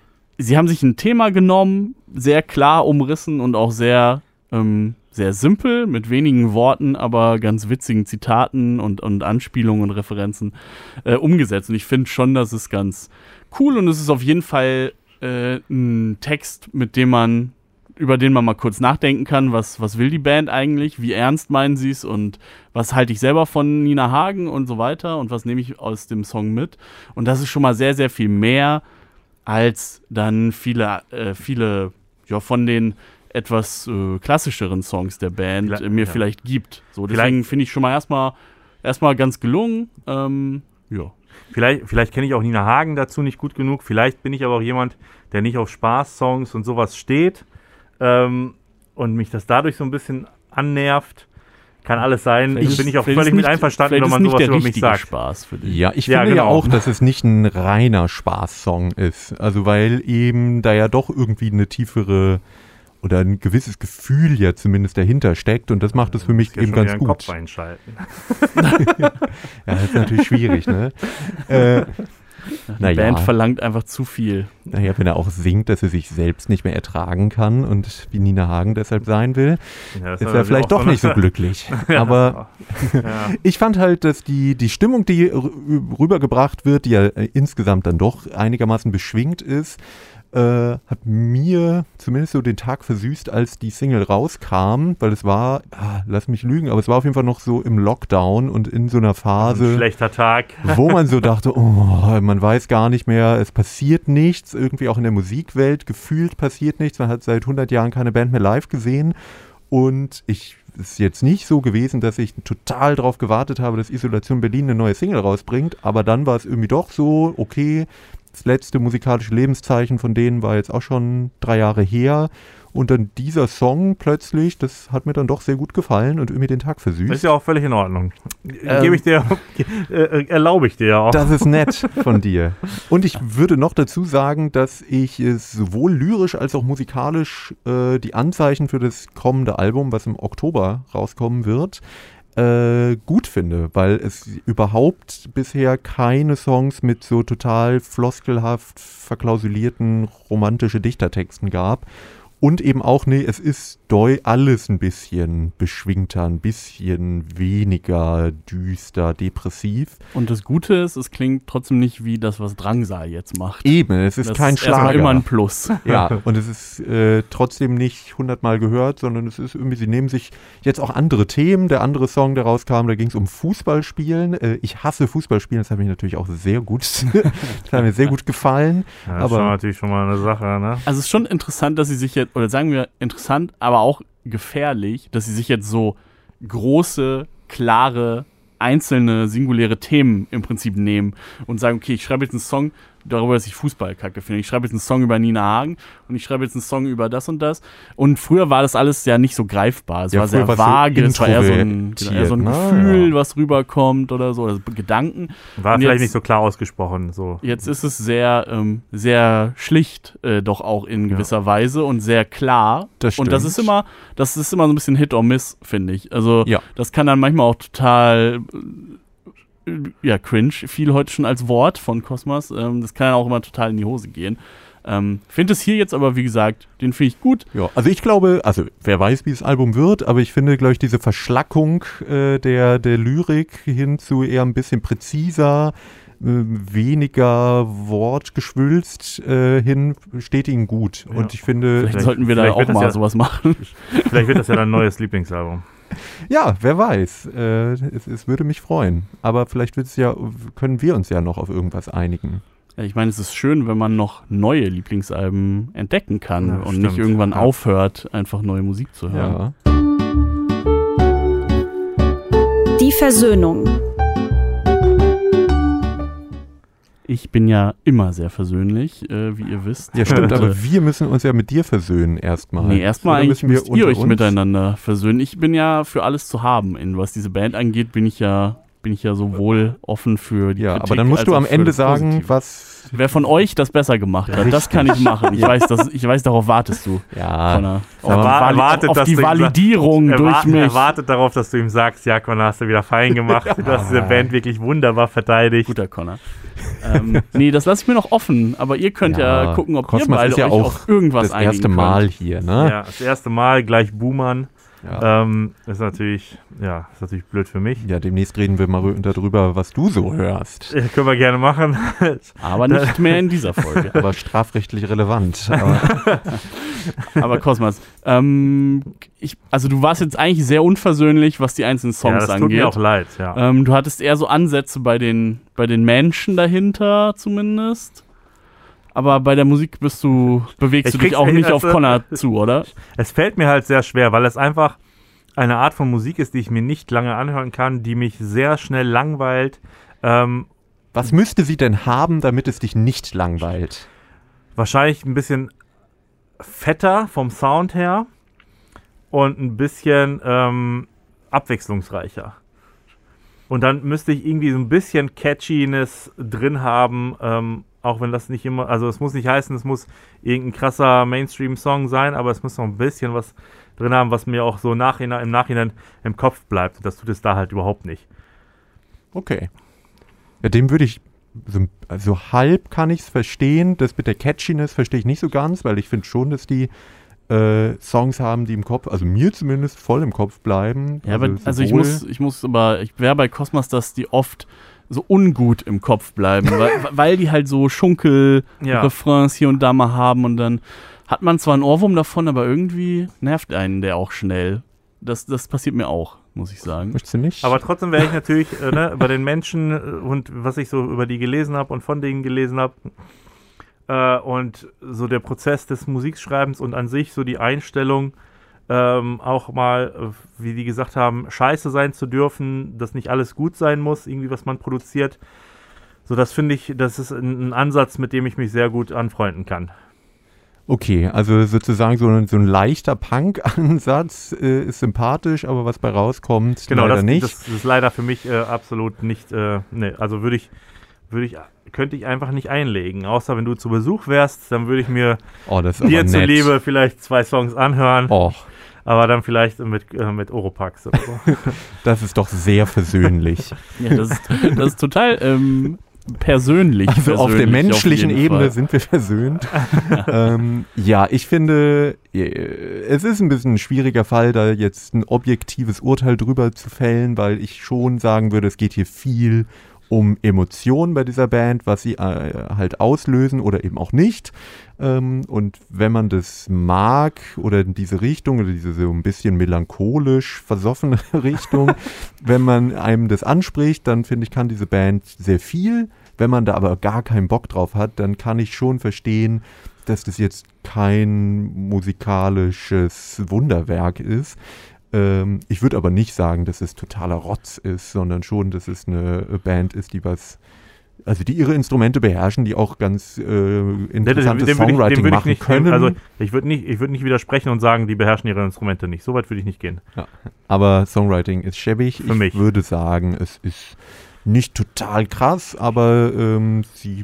S2: sie haben sich ein Thema genommen, sehr klar umrissen und auch sehr, ähm, sehr simpel, mit wenigen Worten, aber ganz witzigen Zitaten und, und Anspielungen und Referenzen äh, umgesetzt. Und ich finde schon, das ist ganz cool und es ist auf jeden Fall äh, ein Text, mit dem man über den man mal kurz nachdenken kann, was, was will die Band eigentlich, wie ernst meinen sie es und was halte ich selber von Nina Hagen und so weiter und was nehme ich aus dem Song mit. Und das ist schon mal sehr, sehr viel mehr als dann viele, äh, viele ja, von den etwas äh, klassischeren Songs der Band
S3: Vielleicht,
S2: äh, mir
S3: ja.
S2: vielleicht gibt. So, deswegen finde ich schon mal erstmal erstmal ganz gelungen. Ähm, ja.
S3: Vielleicht, vielleicht kenne ich auch Nina Hagen dazu nicht gut genug. Vielleicht bin ich aber auch jemand, der nicht auf Spaß-Songs und sowas steht. Ähm, und mich das dadurch so ein bisschen annervt. Kann alles sein.
S2: Vielleicht
S3: Ich
S2: ist-
S3: bin ich auch
S2: vielleicht
S3: völlig
S2: ist
S3: mit
S2: nicht-
S3: einverstanden,
S2: vielleicht
S3: wenn
S2: ist
S3: man
S2: nicht
S3: sowas
S2: der
S3: über mich
S2: richtige
S3: sagt.
S2: Spaß für dich.
S4: Ja, ich
S3: Ja,
S4: finde ja
S3: genau.
S4: auch, dass es nicht ein reiner Spaßsong ist. Also weil eben da ja doch irgendwie eine tiefere oder ein gewisses Gefühl ja zumindest dahinter steckt und das macht es für mich
S3: Ja,
S4: eben
S3: schon
S4: ganz
S3: wieder den Kopf
S4: gut.
S3: einschalten.
S4: Ja, das ist natürlich schwierig, ne? äh,
S2: Die
S4: naja,
S2: Band verlangt einfach zu viel.
S4: naja, wenn er auch singt, dass er sich selbst nicht mehr ertragen kann und wie Nina Hagen deshalb sein will,
S3: Ja, das
S4: ist
S3: aber
S4: er vielleicht
S3: auch
S4: doch
S3: so
S4: nicht so
S3: eine-
S4: glücklich.
S3: Ja,
S4: Aber
S3: ja.
S4: ich fand halt, dass die, die Stimmung, die rü- rübergebracht wird, die ja äh, insgesamt dann doch einigermaßen beschwingt ist, äh, hat mir zumindest so den Tag versüßt, als die Single rauskam, weil es war, ah, lass mich lügen, aber es war auf jeden Fall noch so im Lockdown und in so einer
S3: Ein
S4: Phase,
S3: schlechter Tag.
S4: wo man so dachte, oh, man weiß gar nicht mehr, es passiert nichts, irgendwie auch in der Musikwelt gefühlt passiert nichts, man hat seit hundert Jahren keine Band mehr live gesehen und ich es ist jetzt nicht so gewesen, dass ich total darauf gewartet habe, dass Isolation Berlin eine neue Single rausbringt, aber dann war es irgendwie doch so, okay, das letzte musikalische Lebenszeichen von denen war jetzt auch schon drei Jahre her und dann dieser Song plötzlich, das hat mir dann doch sehr gut gefallen und irgendwie den Tag versüßt.
S3: Das ist ja auch völlig in Ordnung.
S2: Ähm.
S3: Gebe ich dir, äh, erlaube ich dir ja auch.
S4: Das ist nett von dir. Und ich würde noch dazu sagen, dass ich es sowohl lyrisch als auch musikalisch äh, die Anzeichen für das kommende Album, was im Oktober rauskommen wird, äh, gut finde, weil es überhaupt bisher keine Songs mit so total floskelhaft verklausulierten romantische Dichtertexten gab. Und eben auch, nee, es ist deu alles ein bisschen beschwingter, ein bisschen weniger düster, depressiv.
S2: Und das Gute ist, es klingt trotzdem nicht wie das, was Drangsal jetzt macht.
S4: Eben, es ist
S2: das
S4: kein
S2: ist erstmal
S4: Schlager.
S2: immer ein Plus.
S4: Ja, und es ist äh, trotzdem nicht hundertmal gehört, sondern es ist irgendwie, sie nehmen sich jetzt auch andere Themen. Der andere Song, der rauskam, da ging es um Fußballspielen. Äh, ich hasse Fußballspielen, das hat mich natürlich auch sehr gut, das hat mir sehr gut gefallen.
S3: Ja, das
S4: aber-
S3: ist schon natürlich schon mal eine Sache, ne?
S2: Also es ist schon interessant, dass sie sich jetzt, oder sagen wir interessant, aber auch gefährlich, dass sie sich jetzt so große, klare, einzelne, singuläre Themen im Prinzip nehmen und sagen, okay, ich schreibe jetzt einen Song darüber, dass ich Fußball kacke finde. Ich schreibe jetzt einen Song über Nina Hagen und ich schreibe jetzt einen Song über das und das. Und früher war das alles ja nicht so greifbar. Es
S4: Ja,
S2: war
S4: früher
S2: sehr
S4: war's so
S2: vage, es war eher so ein,
S4: introvertiert,
S2: eher so ein
S4: ne?
S2: Gefühl,
S4: Ja.
S2: was rüberkommt oder so, also Gedanken.
S3: War
S2: Und
S3: vielleicht
S2: jetzt-
S3: nicht so klar ausgesprochen. So.
S2: Jetzt ist es sehr, ähm, sehr schlicht, äh, doch auch in gewisser Weise und sehr klar.
S4: Das
S2: und das
S4: stimmt.
S2: ist immer, das ist immer so ein bisschen Hit or Miss, finde ich. Also
S4: Ja.
S2: das kann dann manchmal auch total äh, ja, cringe, viel heute schon als Wort von Cosmas. Ähm, das kann dann auch immer total in die Hose gehen. Ähm, finde es hier jetzt aber, wie gesagt, den finde ich gut.
S4: Ja, also ich glaube, also wer weiß, wie das Album wird, aber ich finde, glaube ich, diese Verschlackung äh, der, der Lyrik hin zu eher ein bisschen präziser, äh, weniger wortgeschwülst äh, hin, steht ihnen gut.
S3: Ja.
S4: Und ich finde...
S2: Vielleicht, vielleicht sollten wir da auch mal ja, sowas machen.
S3: Vielleicht wird das ja dein neues Lieblingsalbum.
S4: Ja, wer weiß. Äh, es, es würde mich freuen. Aber vielleicht wird's ja, können wir uns ja noch auf irgendwas einigen.
S2: Ich meine, es ist schön, wenn man noch neue Lieblingsalben entdecken kann
S3: ja,
S2: und
S3: stimmt.
S2: nicht irgendwann
S3: ja.
S2: aufhört, einfach neue Musik zu hören.
S4: Ja.
S1: Die Versöhnung.
S2: Ich bin ja immer sehr versöhnlich, äh, wie ihr wisst.
S4: Ja, stimmt,
S2: Und,
S4: aber
S2: äh,
S4: wir müssen uns ja mit dir versöhnen erstmal.
S2: Nee, erstmal
S4: Oder
S2: eigentlich
S4: müssen wir
S2: müsst ihr
S4: unter
S2: euch
S4: uns?
S2: miteinander versöhnen. Ich bin ja für alles zu haben. In was diese Band angeht, bin ich ja bin ich ja sowohl offen für die
S4: Ja,
S2: Kritik
S4: aber dann musst
S2: als
S4: du
S2: auch
S4: am
S2: für
S4: Ende
S2: das
S4: sagen,
S2: Positive.
S4: was...
S2: Wer von euch das besser gemacht hat, das kann ich machen. Ich weiß, das, ich weiß, darauf wartest du.
S4: Ja,
S2: Connor. Auf,
S3: Er wa-
S2: Vali-
S3: erwartet,
S2: auf
S3: dass
S2: die
S3: du ihm sag-
S2: Validierung
S3: Er,
S2: durch
S3: wa-
S2: mich.
S3: er wartet darauf, dass du ihm sagst, ja, Connor, hast du wieder fein gemacht. Du hast diese Band wirklich wunderbar verteidigt.
S2: Guter Connor. ähm, nee, das lasse ich mir noch offen. Aber ihr könnt ja,
S4: Ja,
S2: gucken, ob
S4: Cosmas
S2: ihr beide
S4: ist ja
S2: euch
S4: auch
S2: auf irgendwas
S4: das
S2: einigen
S4: erste
S2: könnt.
S4: Mal hier, ne?
S3: Ja, das erste Mal gleich Boomern.
S4: Ja.
S3: Ähm, ist natürlich, ja, ist natürlich blöd für mich.
S4: Ja, demnächst reden wir mal rü- darüber, was du so hörst.
S3: Ja, können wir gerne machen.
S2: Aber nicht mehr in dieser Folge.
S4: Aber strafrechtlich relevant. Aber
S2: Aber Cosmas, ähm, ich, also du warst jetzt eigentlich sehr unversöhnlich, was die einzelnen Songs
S3: ja, das tut
S2: angeht.
S3: mir auch leid, ja.
S2: Ähm, du hattest eher so Ansätze bei den, bei den Menschen dahinter zumindest. Aber bei der Musik bist du, bewegst
S3: Ich
S2: du dich
S3: krieg's-
S2: auch nicht auf
S3: also-
S2: Connor zu, oder?
S3: Es fällt mir halt sehr schwer, weil es einfach eine Art von Musik ist, die ich mir nicht lange anhören kann, die mich sehr schnell langweilt. Ähm,
S4: was müsste sie denn haben, damit es dich nicht langweilt?
S3: wahrscheinlich ein bisschen fetter vom Sound her und ein bisschen ähm, abwechslungsreicher. Und dann müsste ich irgendwie so ein bisschen Catchiness drin haben, ähm, auch wenn das nicht immer, also es muss nicht heißen, es muss irgendein krasser Mainstream-Song sein, aber es muss noch ein bisschen was drin haben, was mir auch so nachhinein, im Nachhinein im Kopf bleibt. Und das tut es da halt überhaupt nicht.
S4: Okay. Ja, dem würde ich, so, also halb kann ich es verstehen. Das mit der Catchiness verstehe ich nicht so ganz, weil ich finde schon, dass die äh, Songs haben, die im Kopf, also mir zumindest voll im Kopf bleiben.
S2: Ja, aber also ich
S4: sowohl-
S2: muss, ich muss aber, ich wäre bei Cosmas, dass die oft so ungut im Kopf bleiben, weil, weil die halt so
S3: Ja.
S2: Schunkel-Refrains hier und da mal haben und dann hat man zwar einen Ohrwurm davon, aber irgendwie nervt einen der auch schnell. Das, das passiert mir auch, muss ich sagen.
S4: Möchtest du nicht?
S3: Aber trotzdem wäre ich natürlich äh, ne, bei den Menschen äh, und was ich so über die gelesen habe und von denen gelesen habe äh, und so der Prozess des Musikschreibens und an sich so die Einstellung, ähm, auch mal, äh, wie die gesagt haben, scheiße sein zu dürfen, dass nicht alles gut sein muss, irgendwie was man produziert. So, das finde ich, das ist ein, ein Ansatz, mit dem ich mich sehr gut anfreunden kann.
S4: Okay, also sozusagen so ein, so ein leichter Punk-Ansatz äh, ist sympathisch, aber was bei rauskommt,
S3: Genau,
S4: leider
S3: das,
S4: nicht.
S3: das ist leider für mich äh, absolut nicht, äh, ne, also würde ich, würde ich, könnte ich einfach nicht einlegen. Außer wenn du zu Besuch wärst, dann würde ich mir
S4: oh, das ist aber
S3: dir
S4: nett.
S3: zuliebe vielleicht zwei Songs anhören,
S4: Och,
S3: aber dann vielleicht mit, äh, mit Oropax oder so.
S4: das ist doch sehr versöhnlich.
S2: Ja, das ist, das ist total ähm, persönlich.
S4: Also auf der
S2: persönlich
S4: menschlichen
S2: jeden
S4: Ebene
S2: Fall.
S4: sind wir versöhnt. ähm, ja, ich finde, äh, es ist ein bisschen ein schwieriger Fall, da jetzt ein objektives Urteil drüber zu fällen, weil ich schon sagen würde, es geht hier viel um Emotionen bei dieser Band, was sie äh, halt auslösen oder eben auch nicht. Ähm, und wenn man das mag oder in diese Richtung oder diese so ein bisschen melancholisch versoffene Richtung, wenn man einem das anspricht, dann finde ich, kann diese Band sehr viel. Wenn man da aber gar keinen Bock drauf hat, dann kann ich schon verstehen, dass das jetzt kein musikalisches Wunderwerk ist. Ähm, ich würde aber nicht sagen, dass es totaler Rotz ist, sondern schon, dass es eine Band ist, die was, also die ihre Instrumente beherrschen, die auch ganz äh, interessantes
S3: Dem würde ich- dem
S4: Songwriting
S3: würde ich
S4: machen
S3: nicht,
S4: können.
S3: Also ich würde nicht, ich würde nicht widersprechen und sagen, die beherrschen ihre Instrumente nicht. So weit würde ich nicht gehen.
S4: Aber Songwriting ist schäbig.
S3: Für
S4: ich
S3: mich.
S4: würde sagen, es ist nicht total krass, aber ähm, sie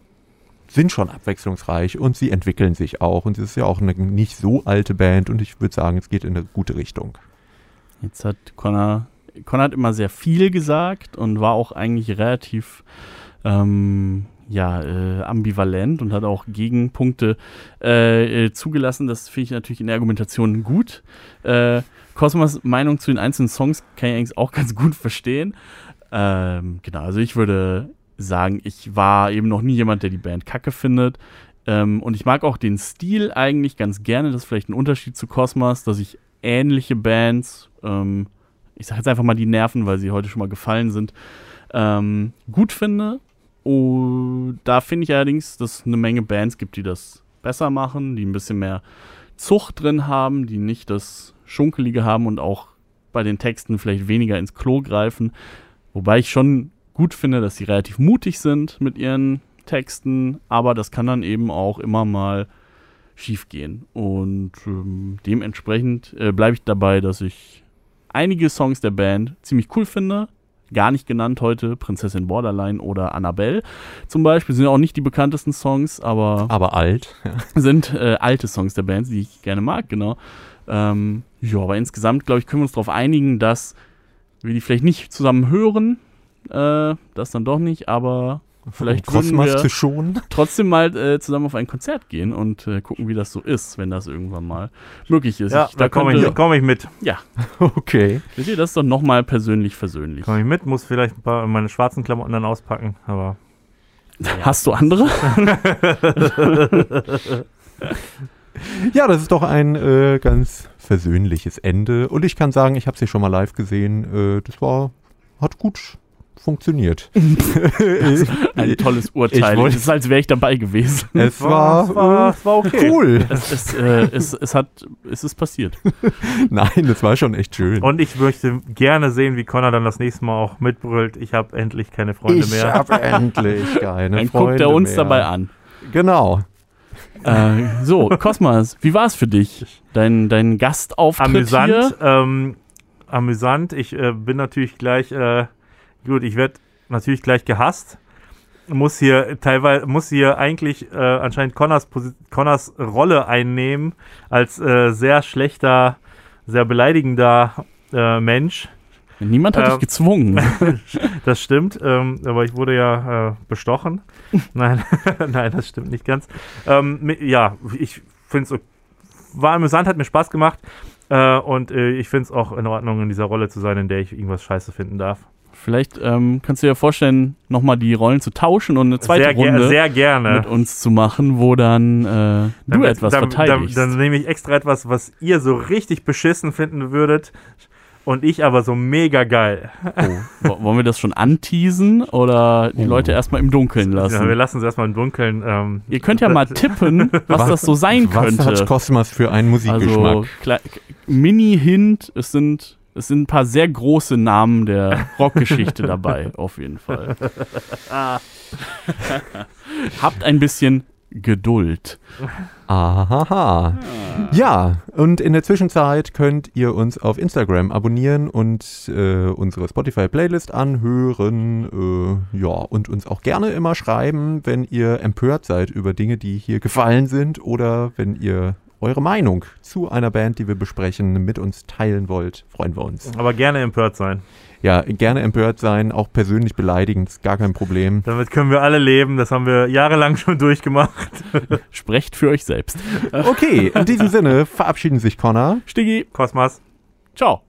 S4: sind schon abwechslungsreich und sie entwickeln sich auch. Und es ist ja auch eine nicht so alte Band und ich würde sagen, es geht in eine gute Richtung.
S2: Jetzt hat Connor, Connor hat immer sehr viel gesagt und war auch eigentlich relativ, ähm, ja, äh, ambivalent und hat auch Gegenpunkte äh, äh, zugelassen. Das finde ich natürlich in der Argumentation gut. Äh, Cosmas Meinung zu den einzelnen Songs kann ich eigentlich auch ganz gut verstehen. Ähm, genau, also ich würde sagen, ich war eben noch nie jemand, der die Band kacke findet. Ähm, und ich mag auch den Stil eigentlich ganz gerne. Das ist vielleicht ein Unterschied zu Cosmas, dass ich ähnliche Bands, ähm, ich sage jetzt einfach mal die Nerven, weil sie heute schon mal gefallen sind, ähm, gut finde. Und da finde ich allerdings, dass es eine Menge Bands gibt, die das besser machen, die ein bisschen mehr Zucht drin haben, die nicht das Schunkelige haben und auch bei den Texten vielleicht weniger ins Klo greifen. Wobei ich schon gut finde, dass sie relativ mutig sind mit ihren Texten, aber das kann dann eben auch immer mal schief gehen. Und ähm, dementsprechend äh, bleibe ich dabei, dass ich einige Songs der Band ziemlich cool finde. Gar nicht genannt heute, Prinzessin Borderline oder Annabelle zum Beispiel, sind auch nicht die bekanntesten Songs, aber,
S4: aber alt. Ja.
S2: Sind äh, alte Songs der Band, die ich gerne mag, genau. Ähm, ja, aber insgesamt, glaube ich, können wir uns darauf einigen, dass wir die vielleicht nicht zusammen hören, äh, das dann doch nicht, aber vielleicht würden wir
S4: schon.
S2: trotzdem mal äh, zusammen auf ein Konzert gehen und äh, gucken, wie das so ist, wenn das irgendwann mal möglich ist.
S3: Ja,
S2: ich,
S3: da, da komme ich, komm ich mit.
S2: Ja.
S4: Okay.
S2: Wisst ihr, das ist doch nochmal persönlich versöhnlich.
S3: Komme ich mit, muss vielleicht ein paar meine schwarzen Klamotten dann auspacken, aber...
S2: Ja. Hast du andere?
S4: Ja, das ist doch ein äh, ganz versöhnliches Ende. Und ich kann sagen, ich habe sie schon mal live gesehen. Äh, das war, hat gut funktioniert.
S2: Ein tolles Urteil. Es ist, als wäre ich dabei gewesen.
S4: Es war,
S3: es war, es war okay.
S4: Cool.
S2: Es, es, äh, es, es, hat, es ist passiert.
S4: Nein, das war schon echt schön.
S3: Und ich möchte gerne sehen, wie Connor dann das nächste Mal auch mitbrüllt. Ich habe endlich keine Freunde
S4: ich
S3: mehr.
S4: Ich habe endlich keine
S2: dann
S4: Freunde mehr. Dann
S2: guckt er uns
S4: mehr.
S2: dabei an.
S4: Genau.
S2: Äh, so, Cosmas, wie war es für dich? Dein, dein Gastauftritt
S3: amüsant,
S2: hier?
S3: Ähm, amüsant. Ich äh, bin natürlich gleich, äh, gut, ich werde natürlich gleich gehasst. Muss hier teilweise, muss hier eigentlich äh, anscheinend Connors, Connors Rolle einnehmen als äh, sehr schlechter, sehr beleidigender äh, Mensch.
S2: Niemand hat
S3: ähm,
S2: dich gezwungen.
S3: Das stimmt, ähm, aber ich wurde ja äh, bestochen. Nein, nein, das stimmt nicht ganz. Ähm, mit, ja, ich finde es war amüsant, hat mir Spaß gemacht äh, und äh, ich finde es auch in Ordnung, in dieser Rolle zu sein, in der ich irgendwas scheiße finden darf.
S2: Vielleicht ähm, kannst du dir vorstellen, nochmal die Rollen zu tauschen und eine zweite
S3: sehr
S2: Runde
S3: ger- sehr gerne.
S2: mit uns zu machen, wo dann, äh,
S3: dann
S2: du etwas
S3: dann,
S2: verteidigst.
S3: Dann, dann nehme ich extra etwas, was ihr so richtig beschissen finden würdet. Und ich aber so mega geil.
S2: Oh. Wollen wir das schon anteasen oder die
S4: oh.
S2: Leute erstmal im Dunkeln lassen?
S3: Ja, wir lassen es erstmal im Dunkeln. Ähm,
S2: Ihr könnt ja mal tippen, was, was das so sein
S4: was
S2: könnte.
S4: Was hat Cosmas für einen Musikgeschmack?
S2: Also, kle- Mini-Hint, es sind, es sind ein paar sehr große Namen der Rockgeschichte dabei, auf jeden Fall. Habt ein bisschen Geduld.
S4: Ahaha. Ja, und in der Zwischenzeit könnt ihr uns auf Instagram abonnieren und äh, unsere Spotify-Playlist anhören. Äh, ja, und uns auch gerne immer schreiben, wenn ihr empört seid über Dinge, die hier gefallen sind oder wenn ihr eure Meinung zu einer Band, die wir besprechen, mit uns teilen wollt. Freuen wir uns.
S3: Aber gerne empört sein.
S4: Ja, gerne empört sein, auch persönlich beleidigend, gar kein Problem.
S3: Damit können wir alle leben, das haben wir jahrelang schon durchgemacht.
S2: Sprecht für euch selbst.
S4: Okay, in diesem Sinne verabschieden sich Connor,
S2: Stiggi,
S3: Cosmas.
S2: ciao.